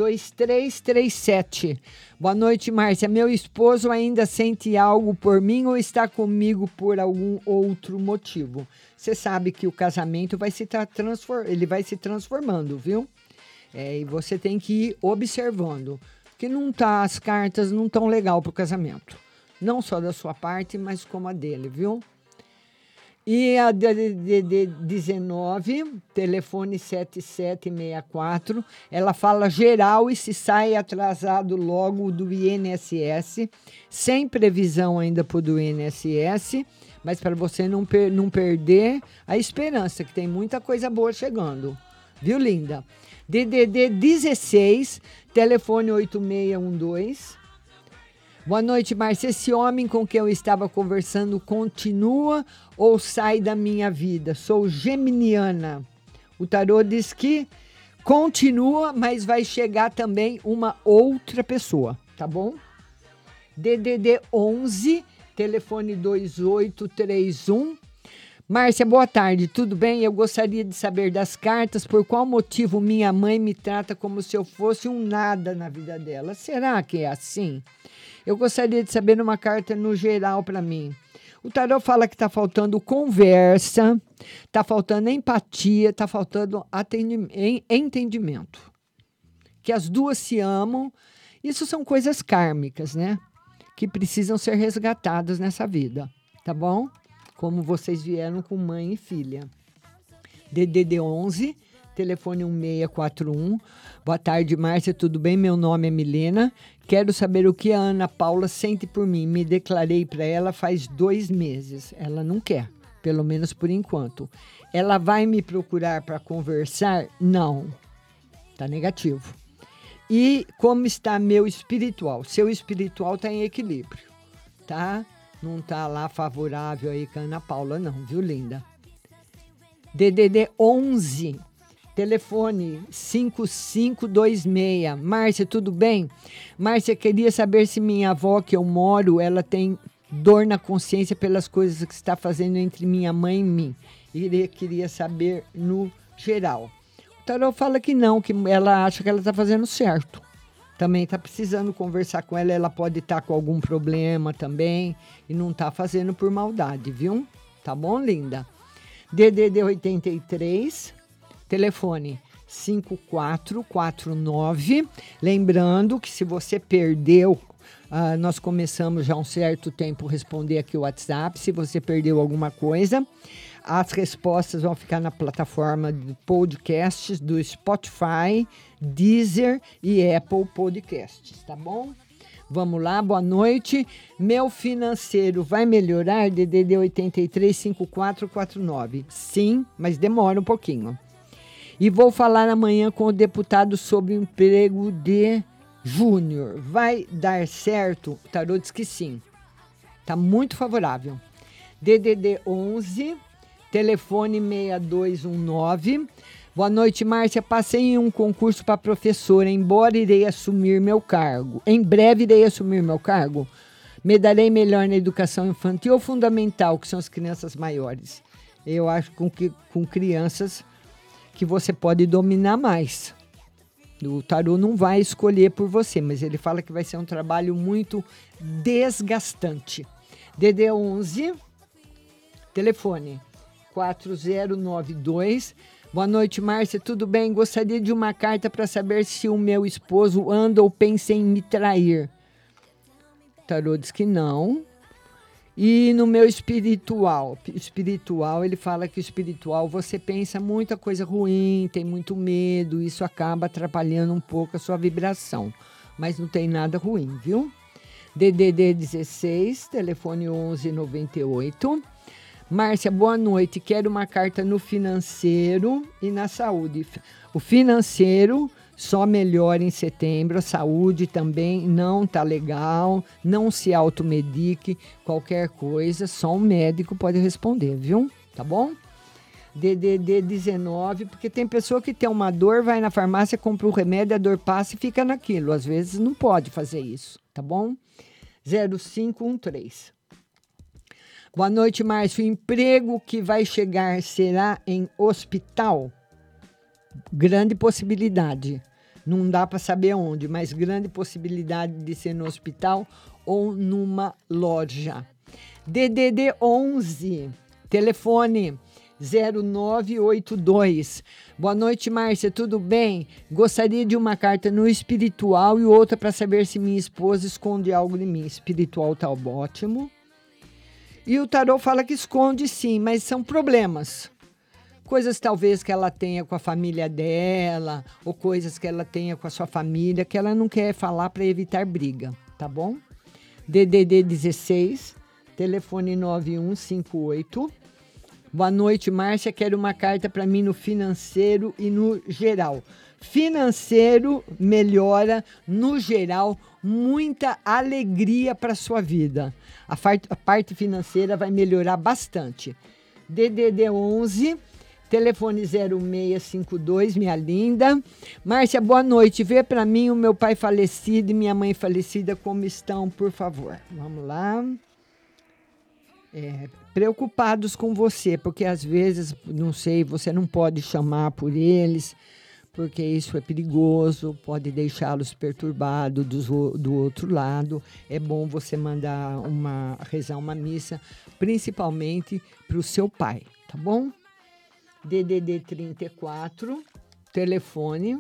2337. Boa noite, Márcia. Meu esposo ainda sente algo por mim ou está comigo por algum outro motivo? Você sabe que o casamento vai se ele vai se transformando, viu? E você tem que ir observando. Que as cartas não estão legal para o casamento. Não só da sua parte, mas como a dele, viu? E a DDD 19, telefone 7764, ela fala geral e se sai atrasado logo do INSS, sem previsão ainda para o do INSS, mas para você não perder a esperança, que tem muita coisa boa chegando. Viu, linda? DDD 16, telefone 8612. Boa noite, Márcia. Esse homem com quem eu estava conversando continua ou sai da minha vida? Sou geminiana. O tarô diz que continua, mas vai chegar também uma outra pessoa, tá bom? DDD 11, telefone 2831. Márcia, boa tarde, tudo bem? Eu gostaria de saber das cartas por qual motivo minha mãe me trata como se eu fosse um nada na vida dela. Será que é assim? Eu gostaria de saber uma carta no geral para mim. O tarô fala que está faltando conversa, está faltando empatia, está faltando entendimento. Que as duas se amam. Isso são coisas kármicas, né? Que precisam ser resgatadas nessa vida, tá bom? Como vocês vieram com mãe e filha. DDD 11, telefone 1641. Boa tarde, Márcia, tudo bem? Meu nome é Milena. Quero saber o que a Ana Paula sente por mim. Me declarei para ela faz 2 meses. Ela não quer, pelo menos por enquanto. Ela vai me procurar para conversar? Não. Tá negativo. E como está meu espiritual? Seu espiritual está em equilíbrio, tá? Não tá lá favorável aí com a Ana Paula, não, viu, linda? DDD 11, telefone 5526. Márcia, tudo bem? Márcia, queria saber se minha avó, que eu moro, ela tem dor na consciência pelas coisas que está fazendo entre minha mãe e mim. E queria saber no geral. O tarô fala que não, que ela acha que ela está fazendo certo. Também está precisando conversar com ela, ela pode estar com algum problema também e não está fazendo por maldade, viu? Tá bom, linda? DDD 83, telefone 5449. Lembrando que se você perdeu, nós começamos já há um certo tempo a responder aqui o WhatsApp. Se você perdeu alguma coisa, as respostas vão ficar na plataforma de podcasts do Spotify, Deezer e Apple Podcasts, tá bom? Vamos lá, boa noite. Meu financeiro vai melhorar? DDD 83 5449. Sim, mas demora um pouquinho. E vou falar amanhã com o deputado sobre o emprego de júnior. Vai dar certo? O tarô diz que sim. Tá muito favorável. DDD 11, telefone 6219. Boa noite, Márcia. Passei em um concurso para professora, embora irei assumir meu cargo. Em breve irei assumir meu cargo. Me darei melhor na educação infantil ou fundamental, que são as crianças maiores. Eu acho que com crianças que você pode dominar mais. O tarô não vai escolher por você, mas ele fala que vai ser um trabalho muito desgastante. DD 11, telefone 4092. Boa noite, Márcia, tudo bem? Gostaria de uma carta para saber se o meu esposo anda ou pensa em me trair. O tarô diz que não. E no meu espiritual, ele fala que o espiritual você pensa muita coisa ruim, tem muito medo, isso acaba atrapalhando um pouco a sua vibração. Mas não tem nada ruim, viu? DDD 16, telefone 1198. Márcia, boa noite. Quero uma carta no financeiro e na saúde. O financeiro, só melhora em setembro. A saúde também não tá legal. Não se automedique. Qualquer coisa, só um médico pode responder, viu? Tá bom? DDD 19, porque tem pessoa que tem uma dor, vai na farmácia, compra o remédio, a dor passa e fica naquilo. Às vezes não pode fazer isso, tá bom? 0513. Boa noite, Márcio. O emprego que vai chegar será em hospital? Grande possibilidade. Não dá para saber onde, mas grande possibilidade de ser no hospital ou numa loja. DDD 11, telefone 0982. Boa noite, Márcia, tudo bem? Gostaria de uma carta no espiritual e outra para saber se minha esposa esconde algo de mim. Espiritual tá ótimo. E o tarô fala que esconde sim, mas são problemas. Coisas talvez que ela tenha com a família dela, ou coisas que ela tenha com a sua família, que ela não quer falar para evitar briga, tá bom? DDD 16, telefone 9158. Boa noite, Márcia. Quero uma carta para mim no financeiro e no geral. Financeiro melhora, no geral, muita alegria para sua vida. A parte financeira vai melhorar bastante. DDD 11, telefone 0652, minha linda. Márcia, boa noite. Vê para mim o meu pai falecido e minha mãe falecida como estão, por favor. Vamos lá. Preocupados com você, porque às vezes, não sei, você não pode chamar por eles, porque isso é perigoso, pode deixá-los perturbados do outro lado. É bom você mandar rezar uma missa, principalmente para o seu pai, tá bom? DDD 34, telefone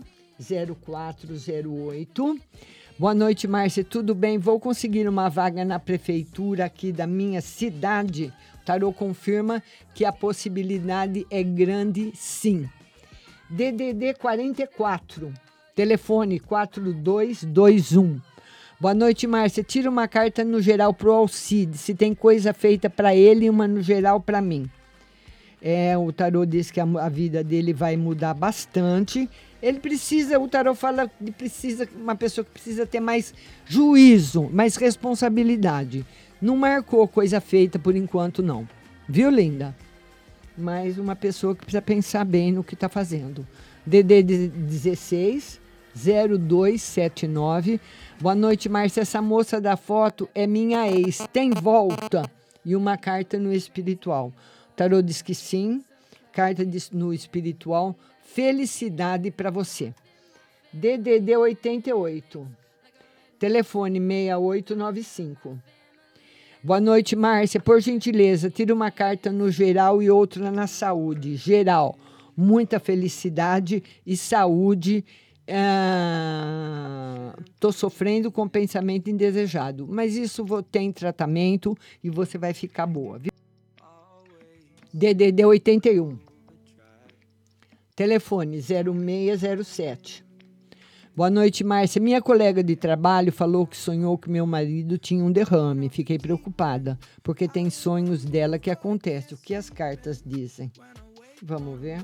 0408. Boa noite, Márcia, tudo bem? Vou conseguir uma vaga na prefeitura aqui da minha cidade? O tarô confirma que a possibilidade é grande, sim. DDD 44, telefone 4221. Boa noite, Márcia. Tira uma carta no geral pro Alcide, se tem coisa feita para ele e uma no geral para mim. O tarô diz que a vida dele vai mudar bastante. Ele precisa, o tarô fala que precisa, uma pessoa que precisa ter mais juízo, mais responsabilidade. Não marcou coisa feita por enquanto, não. Viu, linda? Mas uma pessoa que precisa pensar bem no que está fazendo. DDD 16 0279. Boa noite, Márcia. Essa moça da foto é minha ex. Tem volta? E uma carta no espiritual. O tarô diz que sim. Carta no espiritual. Felicidade para você. DDD 88. Telefone 6895. Boa noite, Márcia. Por gentileza, tira uma carta no geral e outra na saúde. Geral, muita felicidade e saúde. Tô sofrendo com pensamento indesejado, mas isso tem tratamento e você vai ficar boa. Viu? DDD 81. Telefone 0607. Boa noite, Márcia. Minha colega de trabalho falou que sonhou que meu marido tinha um derrame. Fiquei preocupada, porque tem sonhos dela que acontecem. O que as cartas dizem? Vamos ver.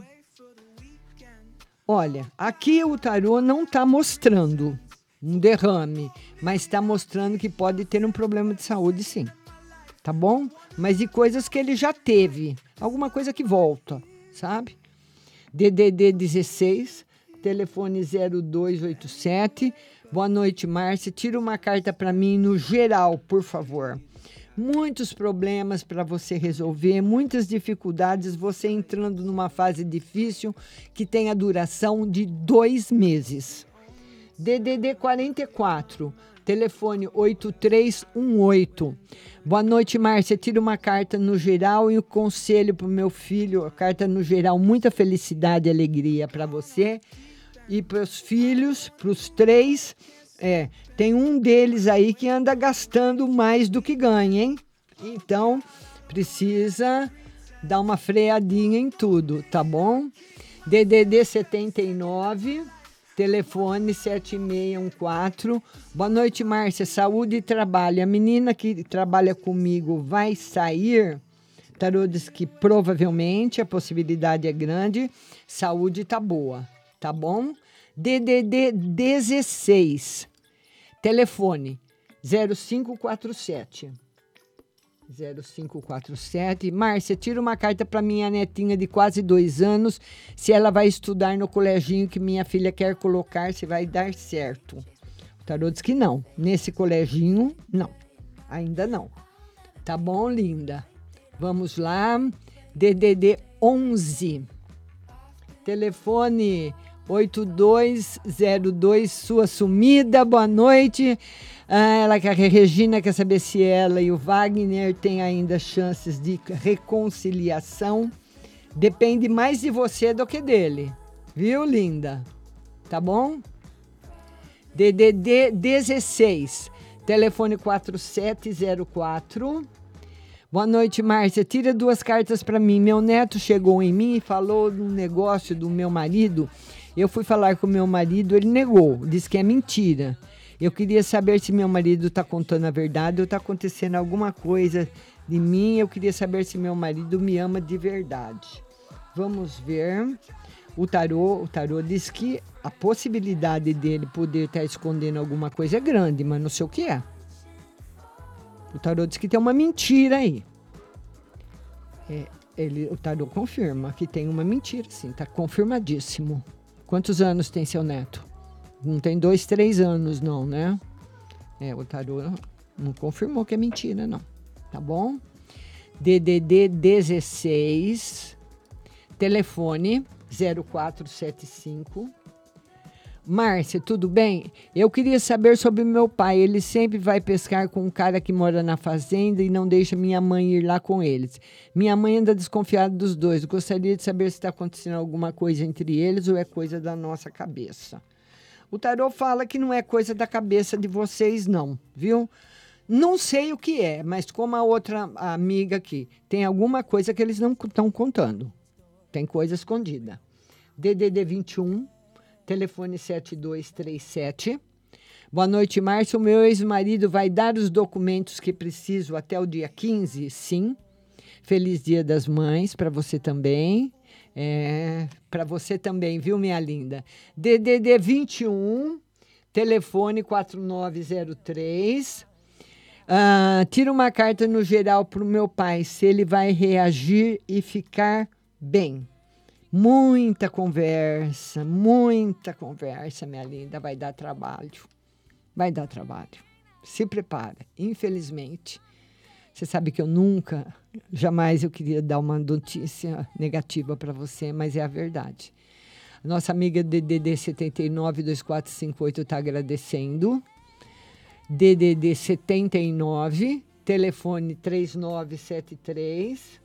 Olha, aqui o tarô não está mostrando um derrame, mas está mostrando que pode ter um problema de saúde, sim. Tá bom? Mas de coisas que ele já teve. Alguma coisa que volta, sabe? DDD 16, telefone 0287. Boa noite, Márcia. Tira uma carta para mim no geral, por favor. Muitos problemas para você resolver, muitas dificuldades, você entrando numa fase difícil que tem a duração de 2 meses. DDD 44, telefone 8318. Boa noite, Márcia. Tira uma carta no geral e o conselho para o meu filho. A carta no geral, muita felicidade e alegria para você e para os filhos, para os 3. Tem um deles aí que anda gastando mais do que ganha, hein? Então, precisa dar uma freadinha em tudo, tá bom? DDD 79, telefone 7614. Boa noite, Márcia. Saúde e trabalho. A menina que trabalha comigo vai sair? Tarô diz que provavelmente a possibilidade é grande. Saúde tá boa, tá bom? DDD 16, telefone 0547. 0547. Márcia, tira uma carta para minha netinha de quase 2 anos, se ela vai estudar no coleginho que minha filha quer colocar, se vai dar certo. O tarô diz que não. Nesse coleginho, não. Ainda não. Tá bom, linda? Vamos lá. DDD 11. Telefone 8202, sua sumida, boa noite. Ela quer, a Regina quer saber se ela e o Wagner têm ainda chances de reconciliação. Depende mais de você do que dele. Viu, linda? Tá bom? DDD 16, telefone 4704. Boa noite, Márcia. Tira 2 cartas para mim. Meu neto chegou em mim e falou do negócio do meu marido. Eu fui falar com o meu marido, ele negou, disse que é mentira. Eu queria saber se meu marido está contando a verdade ou está acontecendo alguma coisa de mim. Eu queria saber se meu marido me ama de verdade. Vamos ver. O tarô diz que a possibilidade dele poder estar escondendo alguma coisa é grande, mas não sei o que é. O tarô diz que tem uma mentira aí. O tarô confirma que tem uma mentira, sim, está confirmadíssimo. Quantos anos tem seu neto? Não tem 2, 3 anos, não, né? O tarô não confirmou que é mentira, não. Tá bom? DDD 16, telefone 0475. Márcia, tudo bem? Eu queria saber sobre meu pai. Ele sempre vai pescar com um cara que mora na fazenda e não deixa minha mãe ir lá com eles. Minha mãe anda desconfiada dos dois. Gostaria de saber se está acontecendo alguma coisa entre eles ou é coisa da nossa cabeça. O tarô fala que não é coisa da cabeça de vocês, não, viu? Não sei o que é, mas como a outra amiga aqui, tem alguma coisa que eles não estão contando. Tem coisa escondida. DDD 21, telefone 7237. Boa noite, Márcia. O meu ex-marido vai dar os documentos que preciso até o dia 15? Sim. Feliz Dia das Mães para você também. Para você também, viu, minha linda? DDD 21, telefone 4903. Tira uma carta no geral para o meu pai, se ele vai reagir e ficar bem. Muita conversa, minha linda. Vai dar trabalho. Vai dar trabalho. Se prepara, infelizmente. Você sabe que eu jamais eu queria dar uma notícia negativa para você, mas é a verdade. A nossa amiga DDD 792458 está agradecendo. DDD 79, telefone 3973.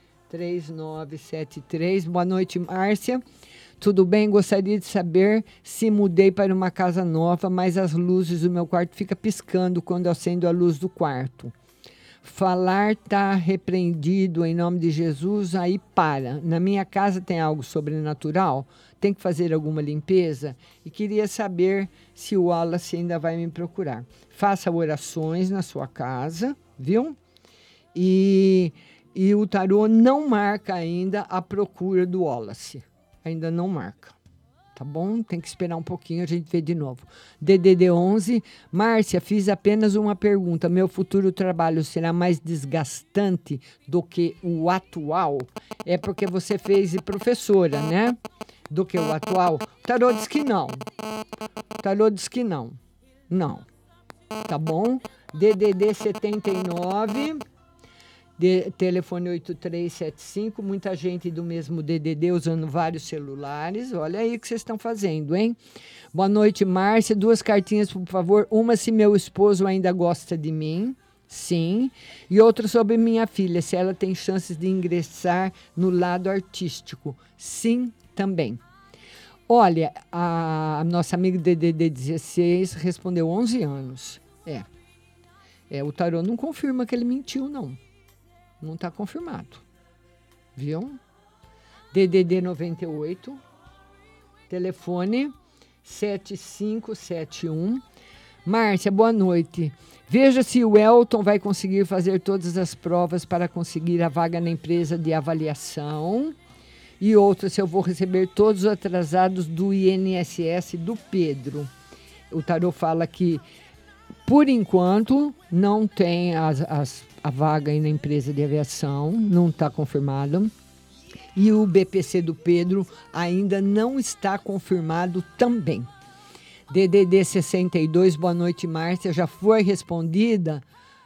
3973. Boa noite, Márcia. Tudo bem? Gostaria de saber se mudei para uma casa nova, mas as luzes do meu quarto ficam piscando quando eu acendo a luz do quarto. Falar está repreendido em nome de Jesus, aí para. Na minha casa tem algo sobrenatural? Tem que fazer alguma limpeza? E queria saber se o Wallace ainda vai me procurar. Faça orações na sua casa, viu? E o tarô não marca ainda a procura do Wallace. Ainda não marca. Tá bom? Tem que esperar um pouquinho, a gente vê de novo. DDD 11. Márcia, fiz apenas uma pergunta. Meu futuro trabalho será mais desgastante do que o atual? É porque você fez de professora, né? Do que o atual? O tarô diz que não. O tarô diz que não. Não. Tá bom? DDD 79. Telefone 8375, muita gente do mesmo DDD usando vários celulares. Olha aí o que vocês estão fazendo, hein? Boa noite, Márcia. 2 cartinhas, por favor. Uma, se meu esposo ainda gosta de mim. Sim. E outra sobre minha filha, se ela tem chances de ingressar no lado artístico. Sim, também. Olha, a nossa amiga DDD 16 respondeu 11 anos. O tarô não confirma que ele mentiu, não. Não está confirmado. Viu? DDD 98, telefone 7571. Márcia, boa noite. Veja se o Elton vai conseguir fazer todas as provas para conseguir a vaga na empresa de avaliação. E outra, se eu vou receber todos os atrasados do INSS do Pedro. O tarô fala que, por enquanto, não tem a vaga aí na empresa de aviação, não está confirmado. E o BPC do Pedro ainda não está confirmado também. DDD 62, boa noite, Márcia, já foi respondida?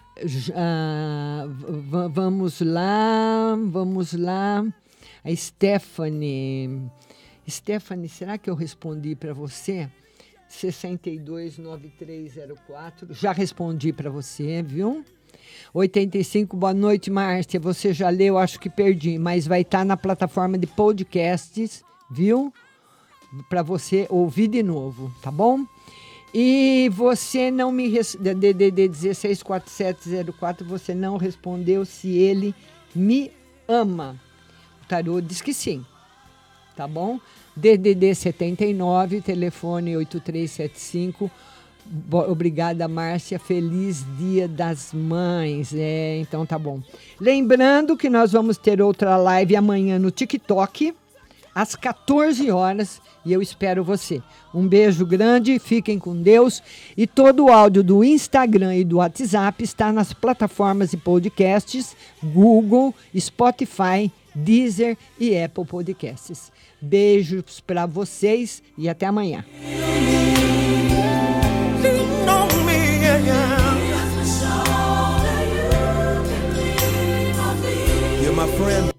Vamos lá. A Stephanie, será que eu respondi para você? 629304, já respondi para você, viu? 85, boa noite, Márcia, você já leu, acho que perdi, mas vai estar na plataforma de podcasts, viu? Para você ouvir de novo, tá bom? E você não me DDD 164704, você não respondeu se ele me ama. O tarô diz que sim, tá bom? DDD 79, telefone 8375. Obrigada, Márcia. Feliz Dia das Mães. Então tá bom. Lembrando que nós vamos ter outra live amanhã no TikTok, às 14 horas, e eu espero você. Um beijo grande, fiquem com Deus. E todo o áudio do Instagram e do WhatsApp está nas plataformas de podcasts, Google, Spotify, Deezer e Apple Podcasts. Beijos para vocês e até amanhã. You're my friend.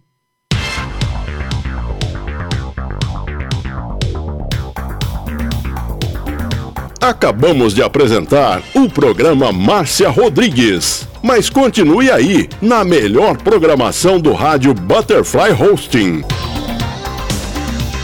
Acabamos de apresentar o programa Márcia Rodrigues. Mas continue aí, na melhor programação do rádio Butterfly Hosting.